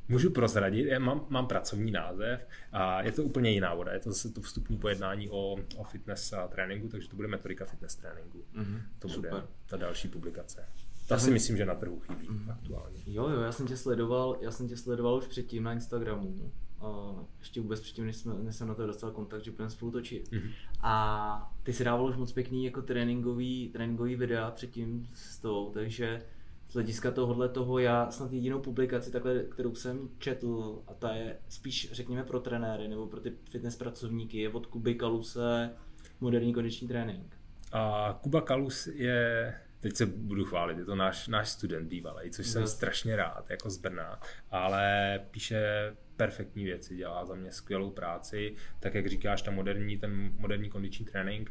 Můžu prozradit, já mám, mám pracovní název a je to úplně jiná voda. Je to zase to vstupní pojednání o, o fitness tréninku, takže to bude metodika fitness tréninku. Mm-hmm, to super. Bude ta další publikace. Ta já si jsem... myslím, že na trhu chybí mm-hmm. aktuálně. Jo, jo, já jsem tě sledoval, já jsem tě sledoval už předtím na Instagramu. A ještě vůbec předtím, než, jsme, než jsem na to dostal kontakt, že budeme spolu točit. Mm-hmm. A ty si dával už moc pěkný jako tréninkový, tréninkový videa předtím s tou, takže z hlediska tohohle toho já snad jedinou publikaci, takhle, kterou jsem četl, a ta je spíš řekněme pro trenéry nebo pro ty fitness pracovníky, je od Kuby Kaluse Moderní kondiční trénink. A Kuba Kalus je, teď se budu chválit, je to náš, náš student bývalý, což jsem strašně rád, jako z Brna, ale píše perfektní věci, dělá za mě skvělou práci, tak jak říkáš, ta moderní, ten moderní kondiční trénink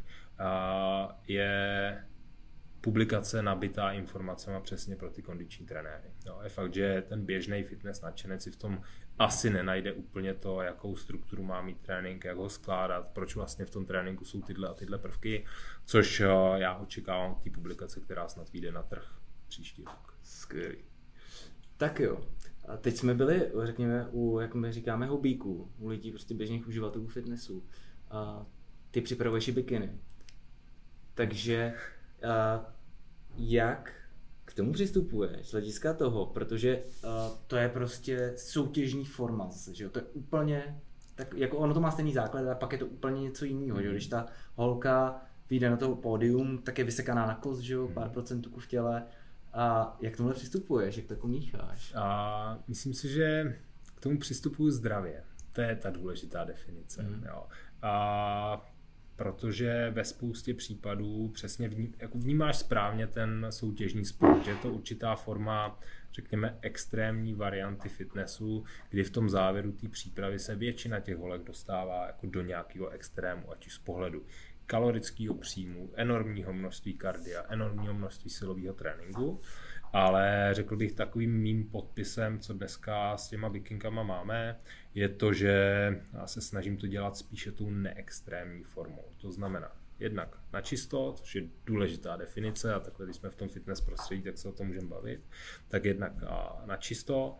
je publikace nabitá informacemi přesně pro ty kondiční trenéry. Jo, je fakt, že ten běžný fitness nadšenec si v tom asi nenajde úplně to, jakou strukturu má mít trénink, jak ho skládat, proč vlastně v tom tréninku jsou tyhle a tyhle prvky, což já očekávám od té publikace, která snad vyjde na trh příští rok. Skvělý. Tak jo. A teď jsme byli, řekněme, u, jak my říkáme, hobíků, u lidí prostě běžných uživatelů fitnessu. A ty připravuješ i bikiny. Takže a jak k tomu přistupuješ z hlediska toho, protože uh, to je prostě soutěžní forma zase, že jo, to je úplně, tak jako ono to má stejný základ, a pak je to úplně něco jiného, že jo, když ta holka vyjde na to pódium, tak je vysekaná na kost, že jo, pár procent tuku v těle, a jak k tomuhle přistupuješ, jak to jako mícháš? A myslím si, že k tomu přistupuju zdravě, to je ta důležitá definice, mm. jo, a protože ve spoustě případů přesně vním, jako vnímáš správně ten soutěžní sport, že je to určitá forma, řekněme, extrémní varianty fitnessu, kdy v tom závěru té přípravy se většina těch holek dostává jako do nějakého extrému, ať už z pohledu kalorického příjmu, enormního množství kardia, enormního množství silového tréninku, ale řekl bych takovým mým podpisem, co dneska s těma bikinkama máme, je to, že já se snažím to dělat spíše tou neextrémní formou. To znamená jednak na čisto, což je důležitá definice, a takhle, když jsme v tom fitness prostředí, tak se o tom můžeme bavit, tak jednak na čisto,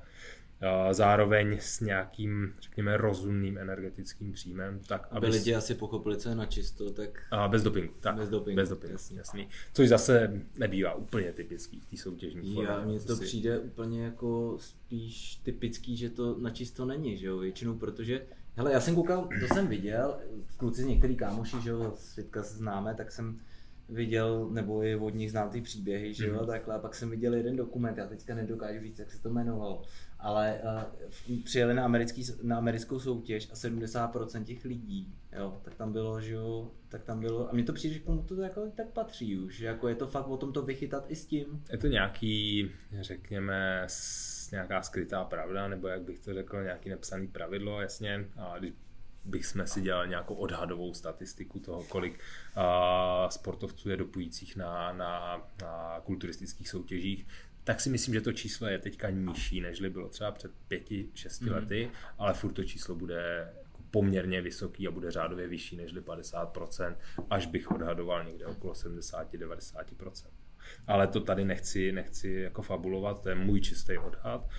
zároveň s nějakým, řekněme, rozumným energetickým příjmem. Tak, aby lidi asi pochopili, co je na čisto, tak... A bez dopingu, tak. Bez dopingu, bez dopingu jasný. jasný. Což zase nebývá úplně typický v té soutěžní formě. Já, mně to si... přijde úplně jako spíš typický, že to na čisto není, že jo, většinou, protože... Hele, já jsem koukal, to jsem viděl, kluci z některý kámoši, že jo, svědka se známe, tak jsem viděl, nebo je od nich znám ty příběhy, že jo, mm. takhle, a pak jsem viděl jeden dokument, já teďka nedokážu říct, jak se to jmenovalo, ale uh, přijeli na, americký, na americkou soutěž a sedmdesát procent těch lidí, jo, tak tam bylo, že jo, tak tam bylo, a mně to přijde, že k tomu to jako tak patří už, že jako je to fakt o tom to vychytat i s tím. Je to nějaký, řekněme, nějaká skrytá pravda, nebo jak bych to řekl, nějaký nepsaný pravidlo, jasně, a když bych jsme si dělali nějakou odhadovou statistiku toho, kolik uh, sportovců je dopujících na, na, na kulturistických soutěžích, tak si myslím, že to číslo je teďka nižší, nežli bylo třeba před pěti, šesti mm. lety, ale furt to číslo bude poměrně vysoký a bude řádově vyšší nežli padesát procent, až bych odhadoval někde okolo sedmdesát až devadesát procent. Ale to tady nechci, nechci jako fabulovat, to je můj čistý odhad.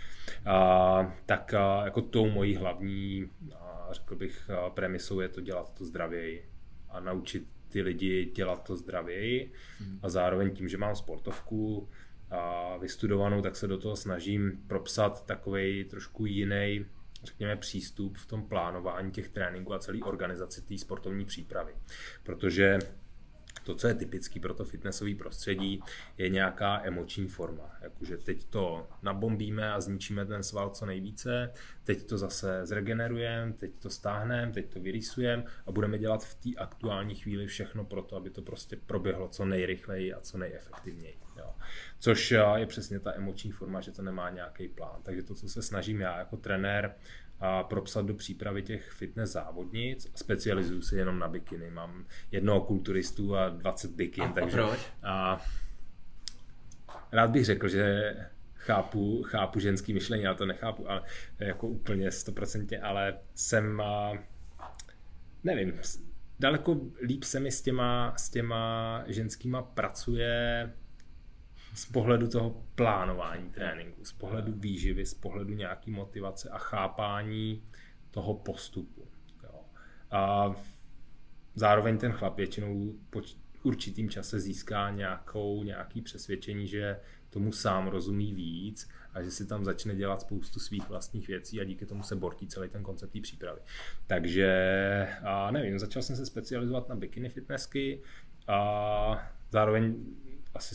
A, tak a, jako tou mojí hlavní, a, řekl bych, a, premisou je to dělat to zdravěji a naučit ty lidi dělat to zdravěji. Hmm. A zároveň tím, že mám sportovku a vystudovanou, tak se do toho snažím propsat takovej trošku jiný, řekněme, přístup v tom plánování těch tréninků a celé organizaci té sportovní přípravy. Protože to, co je typický pro to fitnessové prostředí, je nějaká emoční forma. Jakože teď to nabombíme a zničíme ten sval co nejvíce, teď to zase zregenerujeme, teď to stáhneme, teď to vyrýsujeme a budeme dělat v té aktuální chvíli všechno pro to, aby to prostě proběhlo co nejrychleji a co nejefektivněji. Jo. Což je přesně ta emoční forma, že to nemá nějaký plán. Takže to, co se snažím já jako trenér a propsat do přípravy těch fitness závodnic. Specializuju se jenom na bikiny. Mám jednoho kulturistu a dvacet bikin. A, takže, a proč? A rád bych řekl, že chápu, chápu ženský myšlení, ale to nechápu ale jako úplně stoprocentně, ale jsem, nevím, daleko líp se mi s těma, s těma ženskýma pracuje z pohledu toho plánování tréninku, z pohledu výživy, z pohledu nějaký motivace a chápání toho postupu. Jo. A zároveň ten chlap většinou po určitým čase získá nějakou, nějaký přesvědčení, že tomu sám rozumí víc a že si tam začne dělat spoustu svých vlastních věcí a díky tomu se bortí celý ten koncept té přípravy. Takže a nevím, začal jsem se specializovat na bikini fitnessky a zároveň asi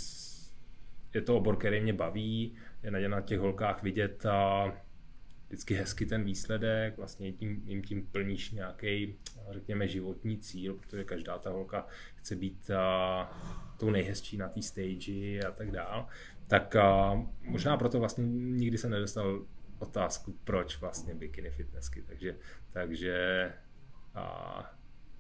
je to obor, který mě baví, je na těch holkách vidět a vždycky hezky ten výsledek, vlastně tím, jim tím plníš nějaký, řekněme, životní cíl, protože každá ta holka chce být a, tou nejhezčí na té stage a tak dál. Tak a, možná proto vlastně nikdy jsem nedostal otázku, proč vlastně bikini fitnessky, takže, takže a,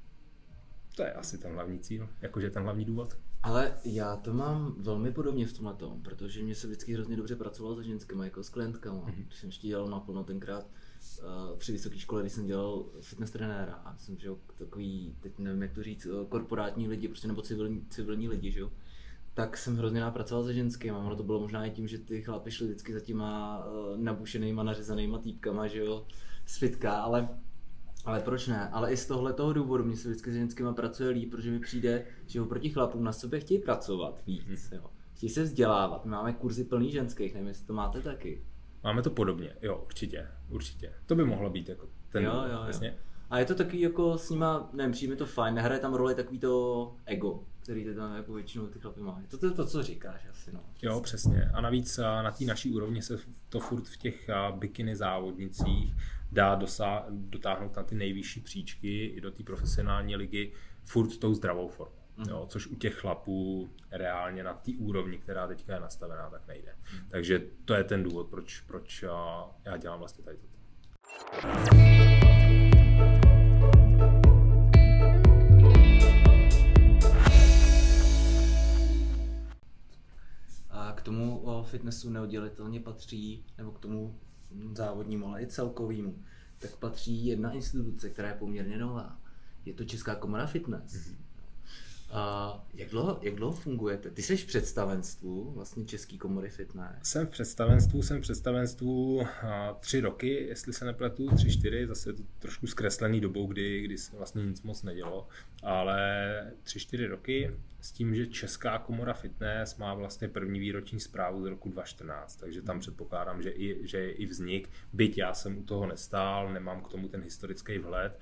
to je asi ten hlavní cíl, jakože ten hlavní důvod. Ale já to mám velmi podobně v tomhle tom, protože mě se vždycky hrozně dobře pracovalo se ženskými, jako s klientkama. Mm-hmm. Když jsem ještě dělal naplno tenkrát uh, při vysoké škole, když jsem dělal fitness trenéra, a jsem že takový, teď nevím jak to říct, korporátní lidi, prostě nebo civilní, civilní lidi, že jo. Tak jsem hrozně rád pracoval se ženskými, ono to bylo možná i tím, že ty chlapi šli vždycky za těma uh, nabušenýma, nařezanýma týpkama, že jo, z fitka, ale Ale proč ne? Ale i z tohoto důvodu mě se vždycky s ženskýma pracuje líp, protože mi přijde, že oproti chlapům na sobě chtějí pracovat víc. Jo. Chtějí se vzdělávat. My máme kurzy plný ženských, nevím, jestli to máte taky. Máme to podobně, jo, určitě, určitě. To by mohlo být jako ten jo, důvod, jo, vlastně. Jo. A je to taky jako s nima, nevím, přijde mi to fajn, nehraje tam roli takový to ego, který ty tam jako většinou ty chlapy mají. To je to, co říkáš asi, no. Přesně. Jo, přesně. A navíc na té naší úrovni se to furt v těch bikini závodnicích dá dosá- dotáhnout na ty nejvyšší příčky i do té profesionální ligy furt tou zdravou formou. Mm. Jo, což u těch chlapů reálně na té úrovni, která teďka je nastavená, tak nejde. Mm. Takže to je ten důvod, proč, proč já dělám vlastně tady toto. A k tomu fitnessu neoddělitelně patří, nebo k tomu závodnímu, ale i celkovému, tak patří jedna instituce, která je poměrně nová. Je to Česká komora fitness. Mm-hmm. A jak dlouho, jak dlouho fungujete? Ty jsi v představenstvu vlastně České komory fitness. Jsem v představenstvu, jsem v představenstvu tři roky, jestli se nepletu, tři, čtyři, zase je to trošku zkreslený dobou, kdy, kdy se vlastně nic moc nedělo, ale tři, čtyři roky s tím, že Česká komora fitness má vlastně první výroční zprávu z roku dva tisíce čtrnáct, takže tam předpokládám, že, i, že je i vznik, byť já jsem u toho nestál, nemám k tomu ten historický vhled,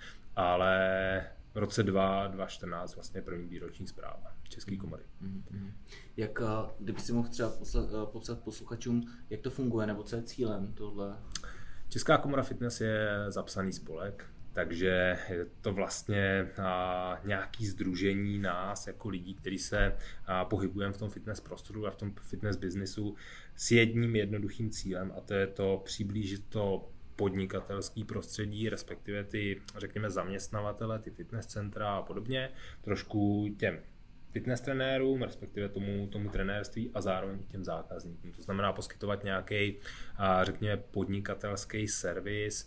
ale v roce dva tisíce čtrnáct vlastně první výroční zpráva České komory. Mm-hmm. Jak, kdyby si mohl třeba posla, popsat posluchačům, jak to funguje, nebo co je cílem tohle? Česká komora fitness je zapsaný spolek, takže je to vlastně a, nějaký sdružení nás jako lidí, kteří se a, pohybujeme v tom fitness prostoru a v tom fitness businessu s jedním jednoduchým cílem, a to je to přiblížit to podnikatelský prostředí, respektive ty, řekněme, zaměstnavatele, ty fitness centra a podobně, trošku těm fitness trenérům, respektive tomu, tomu trenérství a zároveň těm zákazníkům. To znamená poskytovat nějaký, řekněme, podnikatelský servis,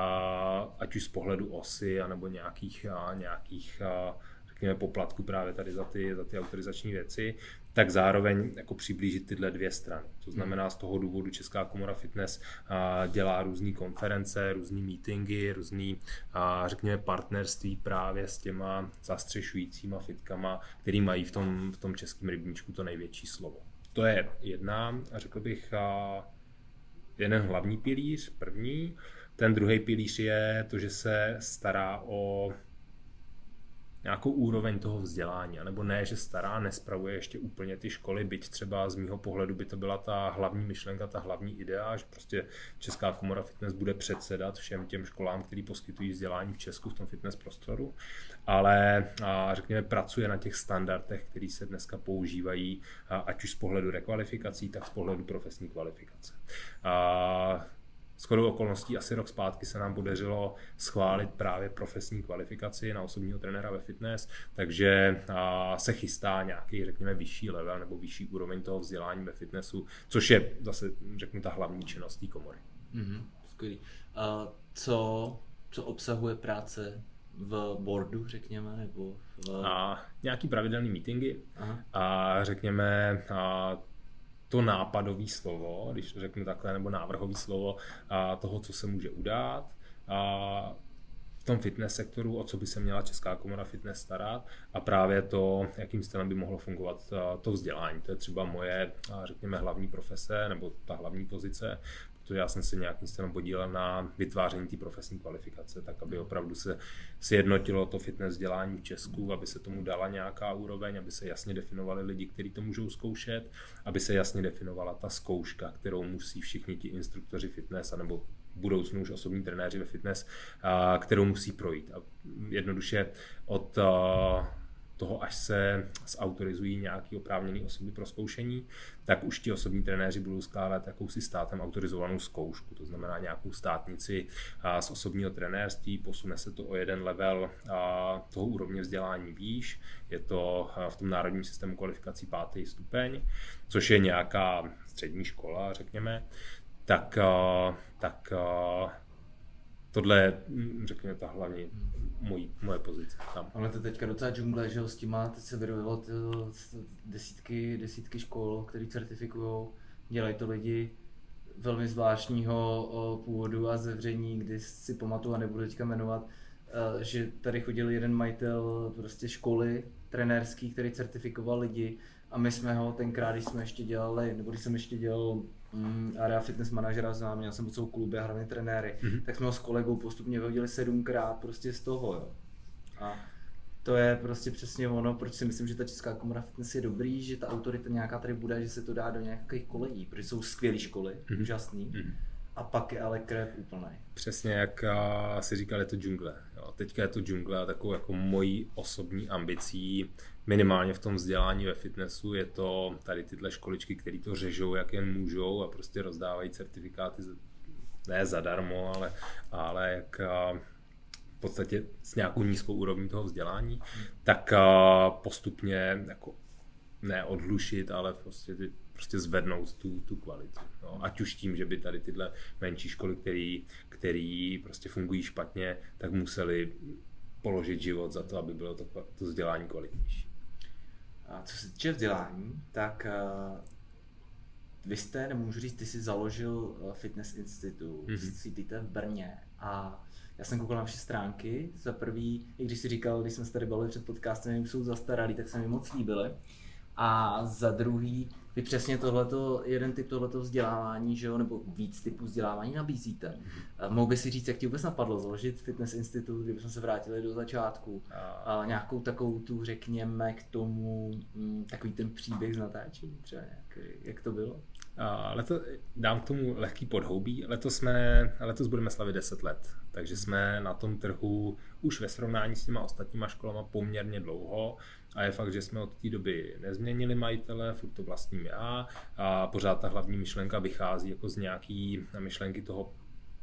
ať už z pohledu osy, anebo nějakých, nějakých řekněme, poplatků právě tady za ty, za ty autorizační věci, tak zároveň jako přiblížit tyhle dvě strany. To znamená, z toho důvodu Česká komora fitness dělá různé konference, různé meetingy, různé, řekněme, partnerství právě s těma zastřešujícíma fitkama, který mají v tom, v tom českém rybníčku to největší slovo. To je jedna, řekl bych, jeden hlavní pilíř, první. Ten druhý pilíř je to, že se stará o nějakou úroveň toho vzdělání, nebo ne, že stará, nespravuje ještě úplně ty školy, byť třeba z mýho pohledu by to byla ta hlavní myšlenka, ta hlavní idea, že prostě Česká komora fitness bude předsedat všem těm školám, který poskytují vzdělání v Česku v tom fitness prostoru, ale a, řekněme, pracuje na těch standardech, které se dneska používají, a, ať už z pohledu rekvalifikací, tak z pohledu profesní kvalifikace. A, shodou okolností asi rok zpátky se nám podařilo schválit právě profesní kvalifikaci na osobního trenéra ve fitness, takže se chystá nějaký, řekněme, vyšší level nebo vyšší úroveň toho vzdělání ve fitnessu, což je zase, řeknu, ta hlavní činnost té komory. Mm-hmm, skvělý. A co, co obsahuje práce v boardu, řekněme, nebo v... A nějaký pravidelný meetingy. Aha. A řekněme, a to nápadové slovo, když to řeknu takhle, nebo návrhové slovo a toho, co se může udát. A v tom fitness sektoru, o co by se měla Česká komora fitness starat a právě to, jakým stylem by mohlo fungovat to vzdělání. To je třeba moje, řekněme, hlavní profese nebo ta hlavní pozice, protože já jsem se nějakým stylem podílel na vytváření té profesní kvalifikace, tak aby opravdu se sjednotilo to fitness vzdělání v Česku, aby se tomu dala nějaká úroveň, aby se jasně definovali lidi, kteří to můžou zkoušet, aby se jasně definovala ta zkouška, kterou musí všichni ti instruktoři fitness anebo budoucnu už osobní trenéři ve fitness, kterou musí projít. A jednoduše od toho, až se zautorizují nějaké oprávněné osoby pro zkoušení, tak už ti osobní trenéři budou skládat jakousi státem autorizovanou zkoušku, to znamená nějakou státnici z osobního trenérství, posune se to o jeden level toho úrovně vzdělání výš, je to v tom národním systému kvalifikací pátý stupeň, což je nějaká střední škola, řekněme, tak, tak tohle je, řekněme, ta hlavní mojí, moje pozice tam. Ale to je teďka docela džungle, že jo, s tím má, teď se vyrojilo desítky, desítky škol, které certifikují, dělají to lidi velmi zvláštního původu a zevření, kdy si pamatuju a nebudu teďka jmenovat, že tady chodil jeden majitel prostě školy trenérský, který certifikoval lidi a my jsme ho tenkrát, když jsme ještě dělali, nebo když jsem ještě dělal Mm, area fitness manažera znám, měl jsem po celou kluby a hlavně trenéry, mm-hmm. tak jsme ho s kolegou postupně vyhodili sedmkrát prostě z toho, jo. A to je prostě přesně ono, proč si myslím, že ta Česká komora fitness je dobrý, že ta autorita nějaká tady bude, že se to dá do nějakých kolejí, protože jsou skvělé školy, mm-hmm. úžasný, mm-hmm. a pak je ale krep úplnej. Přesně jak si říkal, je to džungle. Jo. Teďka je to džungle a takovou jako mojí osobní ambicí, minimálně v tom vzdělání ve fitnessu, je to tady tyhle školičky, které to řežou, jak jen můžou a prostě rozdávají certifikáty ne zadarmo, ale, ale jak v podstatě s nějakou nízkou úrovní toho vzdělání, hmm. tak postupně jako neodhlušit, ale prostě, prostě zvednout tu, tu kvalitu. No, ať už tím, že by tady tyhle menší školy, který, který prostě fungují špatně, tak museli položit život za to, aby bylo to, to vzdělání kvalitnější. A co se týče vzdělání, tak uh, vy jste, nemůžu říct, ty jsi založil uh, Fitness Institute, mm-hmm. C T T v Brně a já jsem koukal na vaše stránky, za prvý, i když jsi říkal, když jsme se tady bavili před podcastem, už jsou zastaralý, tak se mi moc líbily. A za druhý, vy přesně tohleto, jeden typ tohleto vzdělávání, že jo, nebo víc typů vzdělávání nabízíte. Mohl by si říct, jak ti vůbec napadlo založit Fitness Institute, kdybychom se vrátili do začátku, a nějakou takovou tu, řekněme, k tomu, m, takový ten příběh z natáčení třeba nějaký, jak to bylo? A letos, dám k tomu lehký podhoubí, letos, jsme, letos budeme slavit deset let, takže jsme na tom trhu už ve srovnání s těma ostatníma školama poměrně dlouho a je fakt, že jsme od té doby nezměnili majitele, furt to vlastním já a pořád ta hlavní myšlenka vychází jako z nějaký myšlenky toho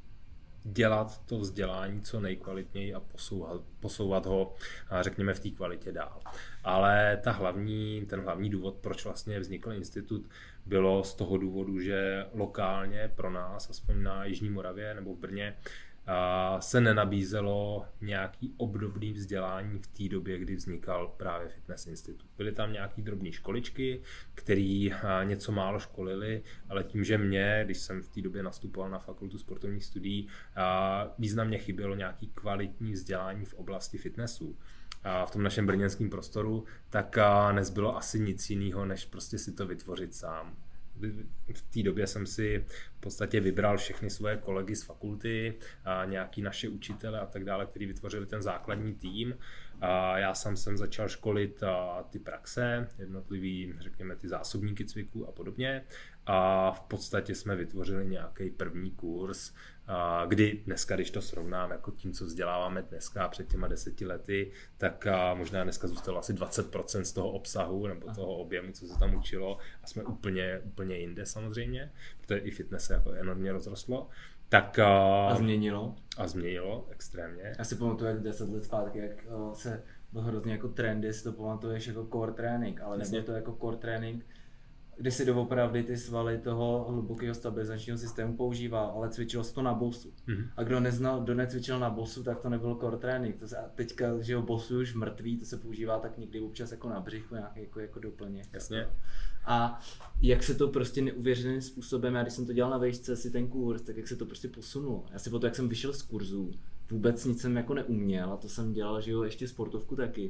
dělat to vzdělání co nejkvalitněji a posouvat, posouvat ho, řekněme, v té kvalitě dál. Ale ta hlavní, ten hlavní důvod, proč vlastně vznikl institut, bylo z toho důvodu, že lokálně pro nás, aspoň na Jižní Moravě nebo v Brně, se nenabízelo nějaký obdobný vzdělání v té době, kdy vznikal právě Fitness Institut. Byly tam nějaký drobné školičky, které něco málo školili, ale tím, že mě, když jsem v té době nastupoval na fakultu sportovních studií, významně chybělo nějaký kvalitní vzdělání v oblasti fitnessu v tom našem brněnském prostoru, tak nezbylo asi nic jiného, než prostě si to vytvořit sám. V té době jsem si v podstatě vybral všechny svoje kolegy z fakulty, a nějaký naše učitele a tak dále, kteří vytvořili ten základní tým. A já sám jsem začal školit ty praxe, jednotlivý, řekněme, ty zásobníky cviků a podobně. A v podstatě jsme vytvořili nějaký první kurz, kdy dneska, když to srovnám jako tím, co vzděláváme dneska před těma deseti lety, tak možná dneska zůstalo asi dvacet procent z toho obsahu nebo toho objemu, co se tam učilo a jsme úplně, úplně jinde samozřejmě, protože i fitness se jako enormně rozrostlo. Tak, a změnilo? A změnilo extrémně. Já si pamatuju, jak deset let zpátky, jak se byl hrozně jako trendy, si to pamatuješ jako core training, ale nebyl to jako core training kdy si doopravdy ty svaly toho hlubokého stabilizačního systému používal, ale cvičilo se to na bossu. Mm-hmm. A kdo neznal, kdo necvičil na bossu, tak to nebyl core trénink. To se, a teďka, že jo, bossu už mrtvý, to se používá tak někdy občas jako na břichu, nějaký jako, jako doplněk. Jasně. A jak se to prostě neuvěřeným způsobem, já když jsem to dělal na vejšce si ten kurz, tak jak se to prostě posunulo. Já si potom, jak jsem vyšel z kurzu, vůbec nic jsem jako neuměl a to jsem dělal, že jo, ještě sportovku taky.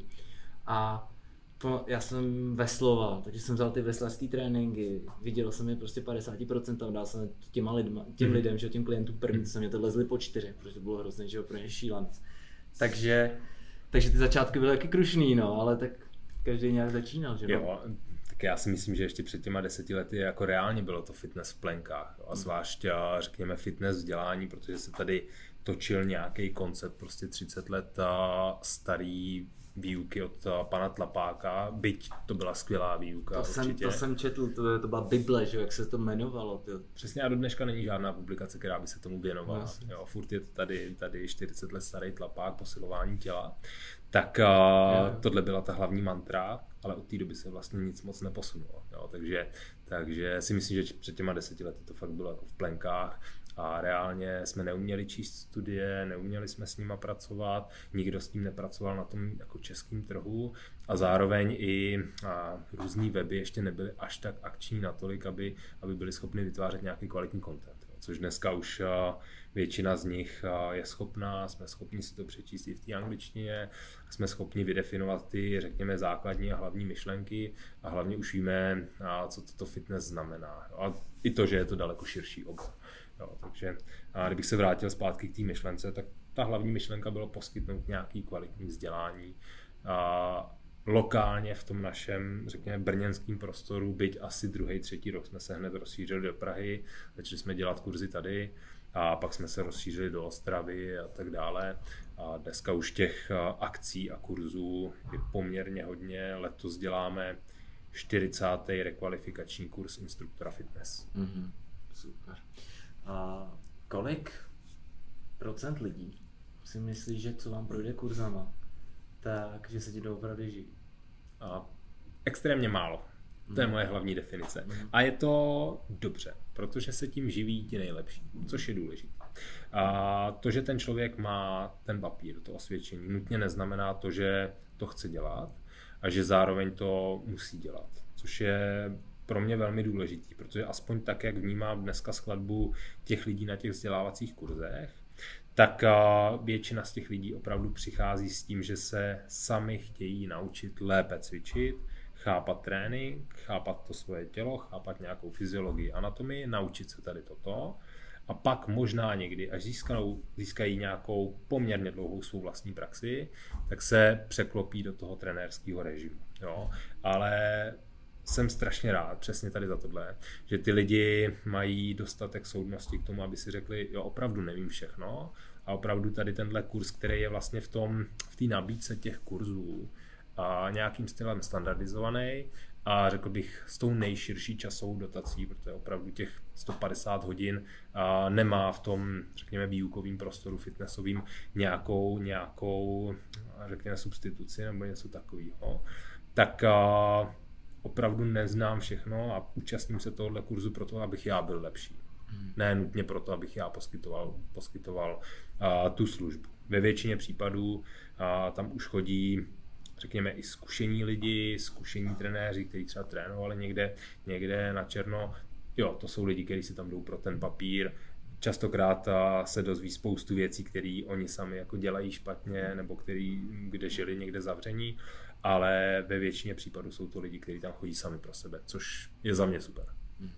A po, já jsem vesloval, takže jsem vzal ty veslařský tréninky, viděl jsem je prostě padesát procent a dal jsem těma lidma, těm lidem, že těm klientům první, co se mě to lezli po čtyřech, protože to bylo hrozně, že jo, pro ně šílenec. Takže, takže ty začátky byly taky krušný, no, ale tak každý nějak začínal, že jo. Tak já si myslím, že ještě před těma deseti lety jako reálně bylo to fitness v plenkách, jo, a zvlášť řekněme fitness vzdělání, protože se tady točil nějaký koncept prostě třicet let starý výuky od pana Tlapáka, byť to byla skvělá výuka. To, jsem, to jsem četl, to, to byla Bible, že jak se to jmenovalo. Ty. Přesně, a do dneška není žádná publikace, která by se tomu věnovala. No, jo, furt je to tady, tady čtyřicet let starý Tlapák, posilování těla. Tak uh, tohle byla ta hlavní mantra, ale od té doby se vlastně nic moc neposunulo. Jo, takže, takže si myslím, že před těma deseti lety to fakt bylo jako v plenkách. A reálně jsme neuměli číst studie, neuměli jsme s nima pracovat, nikdo s tím nepracoval na tom jako českém trhu a zároveň i a, různý weby ještě nebyly až tak akční natolik, aby, aby byli schopni vytvářet nějaký kvalitní content. Jo. Což dneska už a, většina z nich a, je schopná, jsme schopni si to přečíst i v té angličtině, jsme schopni vydefinovat ty, řekněme, základní a hlavní myšlenky a hlavně už víme, a, co toto fitness znamená. Jo. A i to, že je to daleko širší obor. Jo, takže a kdybych se vrátil zpátky k té myšlence, tak ta hlavní myšlenka bylo poskytnout nějaký kvalitní vzdělání. A lokálně v tom našem, řekněme, brněnském prostoru, byť asi druhý, třetí rok jsme se hned rozšířili do Prahy, začali jsme dělat kurzy tady a pak jsme se rozšířili do Ostravy a tak dále. A dneska už těch akcí a kurzů je poměrně hodně. Letos děláme čtyřicátý rekvalifikační kurz instruktora fitness. Mm-hmm. Super. A kolik procent lidí si myslí, že co vám projde kurzama, tak že se ti doopravdy živí? A extrémně málo. To je moje hlavní definice. A je to dobře, protože se tím živí ti nejlepší, což je důležité. A to, že ten člověk má ten papír, to osvědčení, nutně neznamená to, že to chce dělat a že zároveň to musí dělat, což je pro mě velmi důležitý, protože aspoň tak, jak vnímám dneska skladbu těch lidí na těch vzdělávacích kurzech, tak většina z těch lidí opravdu přichází s tím, že se sami chtějí naučit lépe cvičit, chápat trénink, chápat to svoje tělo, chápat nějakou fyziologii, anatomii, naučit se tady toto a pak možná někdy, až získanou, získají nějakou poměrně dlouhou svou vlastní praxi, tak se překlopí do toho trenérského režimu. Jo? Ale jsem strašně rád, přesně tady za tohle, že ty lidi mají dostatek soudnosti k tomu, aby si řekli, jo, opravdu nevím všechno a opravdu tady tenhle kurz, který je vlastně v tom, v té nabídce těch kurzů a nějakým stylem standardizovaný a řekl bych s tou nejširší časovou dotací, protože opravdu těch sto padesát hodin a nemá v tom, řekněme, výukovým prostoru fitnessovým nějakou, nějakou, řekněme, substituci nebo něco takového. Tak a opravdu neznám všechno a účastním se tohohle kurzu proto, abych já byl lepší. Hmm. Ne nutně proto, abych já poskytoval, poskytoval uh, tu službu. Ve většině případů uh, tam už chodí, řekněme, i zkušení lidi, zkušení trenéři, kteří třeba trénovali někde, někde na černo. Jo, to jsou lidi, kteří si tam jdou pro ten papír. Častokrát uh, se dozví spoustu věcí, které oni sami jako dělají špatně, nebo který, kde žili někde zavření. Ale ve většině případů jsou to lidi, kteří tam chodí sami pro sebe, což je za mě super.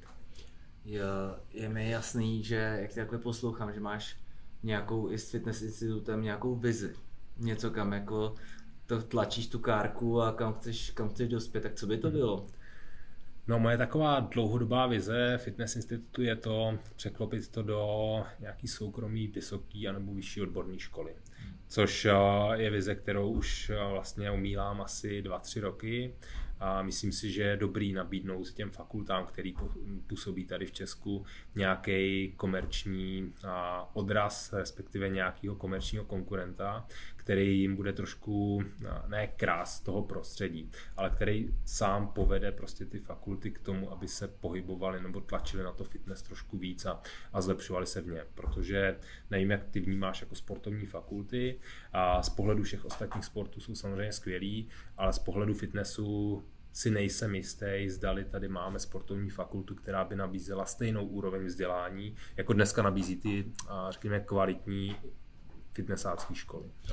Jo, je mi jasný, že jak tě takhle poslouchám, že máš nějakou i s fitness institutem nějakou vizi. Něco, kam jako to tlačíš tu kárku a kam chceš, kam chceš dospět, tak co by to bylo? No, moje taková dlouhodobá vize fitness institutu je to překlopit to do nějaký soukromý, vysoký anebo vyšší odborné školy. Což je vize, kterou už vlastně omílám asi dva, tři roky a myslím si, že je dobrý nabídnout těm fakultám, který působí tady v Česku, nějaký komerční odraz, respektive nějakého komerčního konkurenta, který jim bude trošku, ne krás toho prostředí, ale který sám povede prostě ty fakulty k tomu, aby se pohybovali nebo tlačili na to fitness trošku víc a, a zlepšovali se v něm, protože nevím, jak ty vnímáš jako sportovní fakulty a z pohledu všech ostatních sportů jsou samozřejmě skvělý, ale z pohledu fitnessu si nejsem jistý, zdali tady máme sportovní fakultu, která by nabízela stejnou úroveň vzdělání, jako dneska nabízí ty, řekněme, kvalitní fitnessácké školy. No.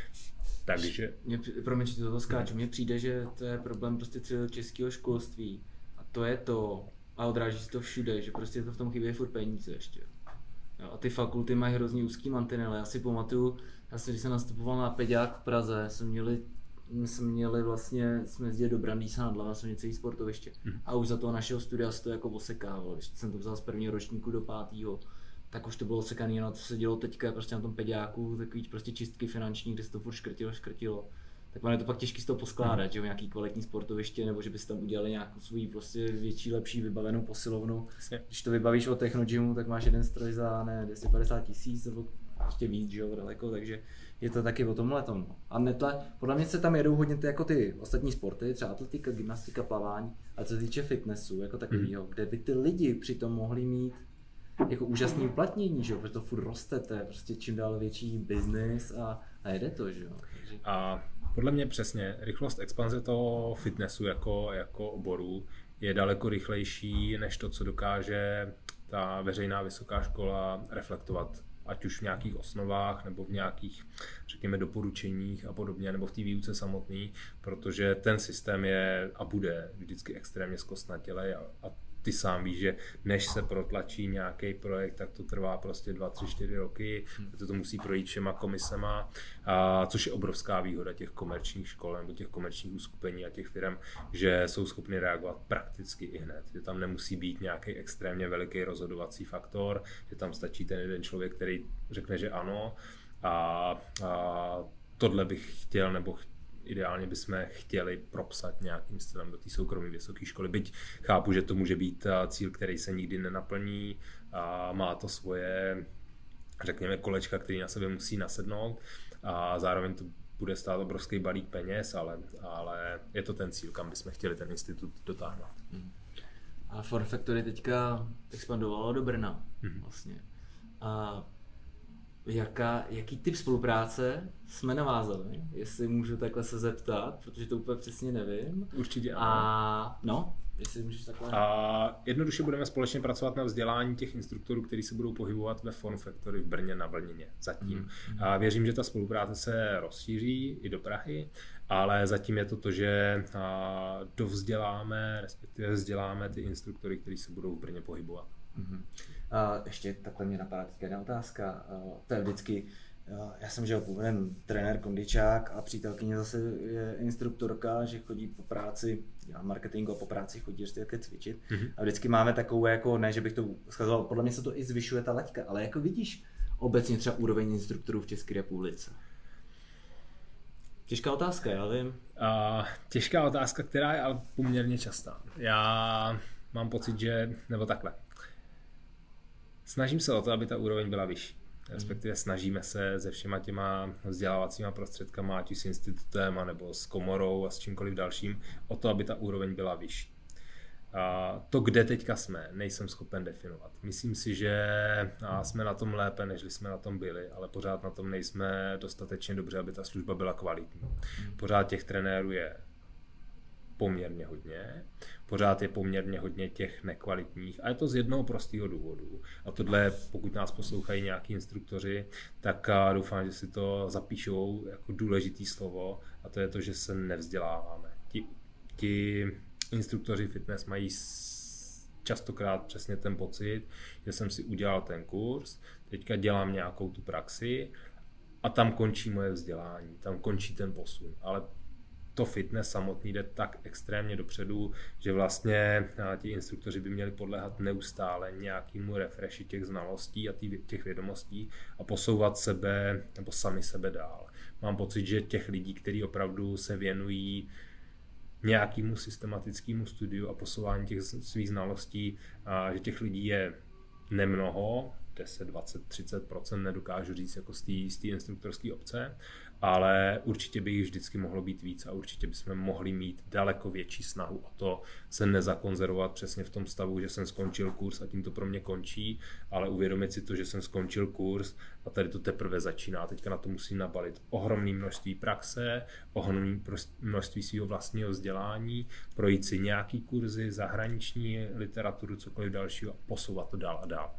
Takže... Mě, promiň, že to skáču, mně přijde, že to je problém prostě celého českého školství a to je to, a odráží se to všude, že prostě to v tom chybí furt peníze ještě. Jo, a ty fakulty mají hrozně úzký mantinely. Já si pamatuju, já jsem, když jsem nastupoval na Peďák v Praze, jsme měli My jsme měli vlastně, jsme jezdili do Brandýsa nad Labem, jsme měli celý sportoviště. Hmm. A už za toho našeho studia se to jako osekávalo. Když jsem to vzal z prvního ročníku do pátého, tak už to bylo osekaný, no, co se dělo teďka prostě na tom Peďáku, takový prostě čistky finanční, kde se to furt škrtilo, škrtilo. Tak ono je to pak těžké z toho poskládat, hmm. že jo, nějaký kvalitní sportoviště, nebo že byste tam udělali nějakou svůj prostě větší, lepší vybavenou posilovnu. Jasně. Když to vybavíš od Technogymu, tak máš jeden stroj za ne, dvě stě padesát tisíc, nebo ještě víc, že jo, daleko, takže je to taky o tomhle tom. A netle, podle mě se tam jedou hodně ty, jako ty ostatní sporty, třeba atletika, gymnastika, plavání, a co se týče fitnessu, jako takovýho, hmm. kde by ty lidi přitom mohli mít jako úžasný uplatnění, že jo, protože to furt roste, to je prostě čím dál větší biznis a, a jede to, že jo. Takže... A podle mě přesně, rychlost expanze toho fitnessu jako, jako oboru je daleko rychlejší, než to, co dokáže ta veřejná vysoká škola reflektovat, ať už v nějakých osnovách, nebo v nějakých, řekněme, doporučeních a podobně, nebo v té výuce samotný, protože ten systém je a bude vždycky extrémně zkostnatělej a, a ty sám víš, že než se protlačí nějaký projekt, tak to trvá prostě dva, tři, čtyři roky, to, to musí projít všema komisema, a což je obrovská výhoda těch komerčních škol nebo těch komerčních uskupení a těch firm, že jsou schopni reagovat prakticky i hned, že tam nemusí být nějaký extrémně veliký rozhodovací faktor, že tam stačí ten jeden člověk, který řekne, že ano a, a tohle bych chtěl nebo chtěl, ideálně bychom chtěli propsat nějakým stylem do té soukromé vysoké školy, byť chápu, že to může být cíl, který se nikdy nenaplní a má to svoje, řekněme, kolečka, který na sebe musí nasednout a zároveň to bude stát obrovský balík peněz, ale, ale je to ten cíl, kam bychom chtěli ten institut dotáhnout. Hmm. A Form Factory teďka expandovalo do Brna hmm. vlastně. A Jaká, jaký typ spolupráce jsme navázali, jestli můžu takhle se zeptat, protože to úplně přesně nevím. Určitě ano. A no, jestli můžeš takhle. A jednoduše budeme společně pracovat na vzdělání těch instruktorů, kteří se budou pohybovat ve Form Factory v Brně na Vlnině zatím. Mm. A věřím, že ta spolupráce se rozšíří i do Prahy, ale zatím je to to, že dovzděláme, respektive vzděláme ty instruktory, kteří se budou v Brně pohybovat. Mm-hmm. A ještě takhle mě napadá teďka jedna otázka. To je vždycky, já jsem že původem trenér kondičák a přítelkyně zase je instruktorka, že chodí po práci, dělá marketing a po práci chodí ještě také cvičit. Mm-hmm. A vždycky máme takovou, jako ne, že bych to schazoval, podle mě se to i zvyšuje ta laťka, ale jako vidíš obecně třeba úroveň instruktorů v České republice? Těžká otázka, já vím. Uh, těžká otázka, která je ale poměrně častá. Já mám pocit, že, nebo takhle, snažím se o to, aby ta úroveň byla vyšší. Respektive snažíme se se všema těma vzdělávacíma prostředkama, ať už s institutem, nebo s komorou a s čímkoliv dalším, o to, aby ta úroveň byla vyšší. A to, kde teďka jsme, nejsem schopen definovat. Myslím si, že jsme na tom lépe, než jsme na tom byli, ale pořád na tom nejsme dostatečně dobře, aby ta služba byla kvalitní. Pořád těch trenérů je poměrně hodně, pořád je poměrně hodně těch nekvalitních a je to z jednoho prostého důvodu. A tohle, pokud nás poslouchají nějaký instruktoři, tak doufám, že si to zapíšou jako důležitý slovo a to je to, že se nevzděláváme. Ti, ti instruktoři fitness mají častokrát přesně ten pocit, že jsem si udělal ten kurz, teďka dělám nějakou tu praxi a tam končí moje vzdělání, tam končí ten posun, ale to fitness samotný jde tak extrémně dopředu, že vlastně ti instruktoři by měli podléhat neustále nějakému refreshi těch znalostí a těch vědomostí a posouvat sebe nebo sami sebe dál. Mám pocit, že těch lidí, kteří opravdu se věnují nějakému systematickému studiu a posouvání těch svých znalostí, že těch lidí je nemnoho deset, dvacet, třicet procent, nedokážu říct jako z té instruktorské obce, ale určitě by jich vždycky mohlo být víc a určitě bychom mohli mít daleko větší snahu o to se nezakonzervovat přesně v tom stavu, že jsem skončil kurz a tím to pro mě končí, ale uvědomit si to, že jsem skončil kurz a tady to teprve začíná. Teďka na to musím nabalit ohromné množství praxe, ohromné množství svého vlastního vzdělání, projít si nějaký kurzy, zahraniční literaturu, cokoliv dalšího a posouvat to dál a dál.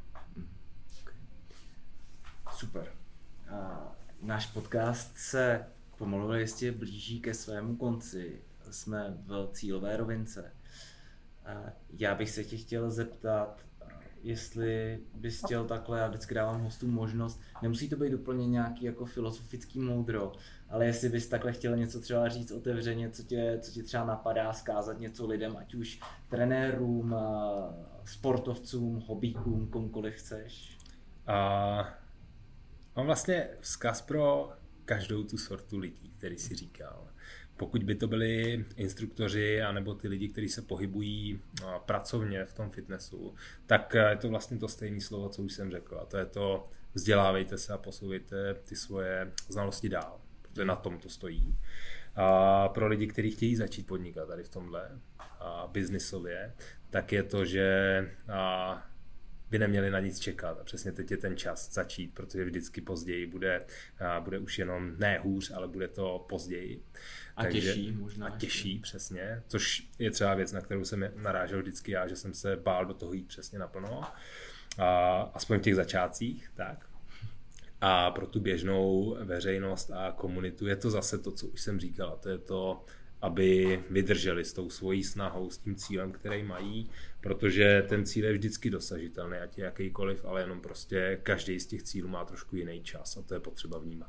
Super. A náš podcast se pomalu jistě blíží ke svému konci. Jsme v cílové rovince. A já bych se tě chtěl zeptat, jestli bys chtěl takhle, já vždycky dávám hostům možnost, nemusí to být úplně nějaký jako filozofický moudro, ale jestli bys takhle chtěl něco třeba říct otevřeně, co tě, co tě třeba napadá, vzkázat něco lidem, ať už trenérům, sportovcům, hobíkům, komukoliv chceš. A mám vlastně vzkaz pro každou tu sortu lidí, který si říkal. Pokud by to byli instruktoři anebo ty lidi, kteří se pohybují pracovně v tom fitnessu, tak je to vlastně to stejné slovo, co už jsem řekl. A to je to, vzdělávejte se a posouvejte ty svoje znalosti dál, protože na tom to stojí. A pro lidi, kteří chtějí začít podnikat tady v tomhle a biznisově, tak je to, že a, by neměli na nic čekat a přesně teď je ten čas začít, protože vždycky později bude, a, bude už jenom ne hůř, ale bude to později. A Takže, těžší možná. A těžší, přesně, což je třeba věc, na kterou jsem narážel vždycky já, že jsem se bál do toho jít přesně naplno, a, aspoň v těch začátcích, tak. A pro tu běžnou veřejnost a komunitu je to zase to, co už jsem říkal, a to je to, aby vydrželi s tou svojí snahou, s tím cílem, který mají, protože ten cíl je vždycky dosažitelný, ať je jakýkoliv, ale jenom prostě každý z těch cílů má trošku jiný čas a to je potřeba vnímat.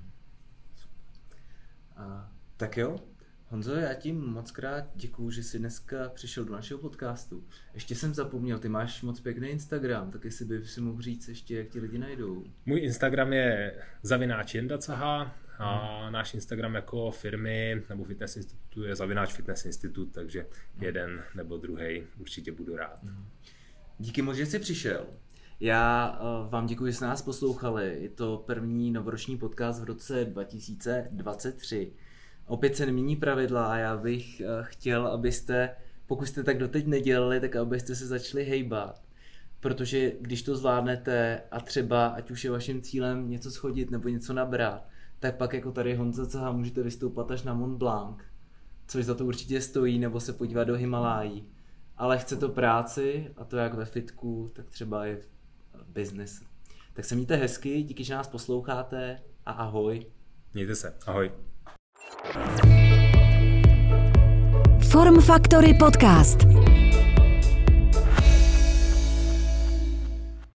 A, tak jo, Honzo, já ti moc krát děkuju, že jsi dneska přišel do našeho podcastu. Ještě jsem zapomněl, ty máš moc pěkný Instagram, tak jestli by si mohl říct ještě, jak ti lidi najdou. Můj Instagram je zavináč Jenda Caha a hmm. náš Instagram jako firmy nebo fitness institutu je zavináč fitness institut, takže hmm. jeden nebo druhý určitě budu rád. Hmm. Díky moc, že jsi přišel. Já vám děkuji, že jste nás poslouchali. Je to první novoroční podcast v roce dva tisíce dvacet tři. Opět se nemění pravidla a já bych chtěl, abyste, pokud jste tak doteď nedělali, tak abyste se začali hejbat. Protože když to zvládnete a třeba, ať už je vaším cílem něco schodit nebo něco nabrat, tak pak jako tady Honza Caha můžete vystoupat až na Mont Blanc, což za to určitě stojí, nebo se podívat do Himalájí. Ale chce to práci, a to jak ve fitku, tak třeba i v biznesu. Tak se mějte hezky, díky, že nás posloucháte a ahoj. Mějte se, ahoj. Form Factory Podcast.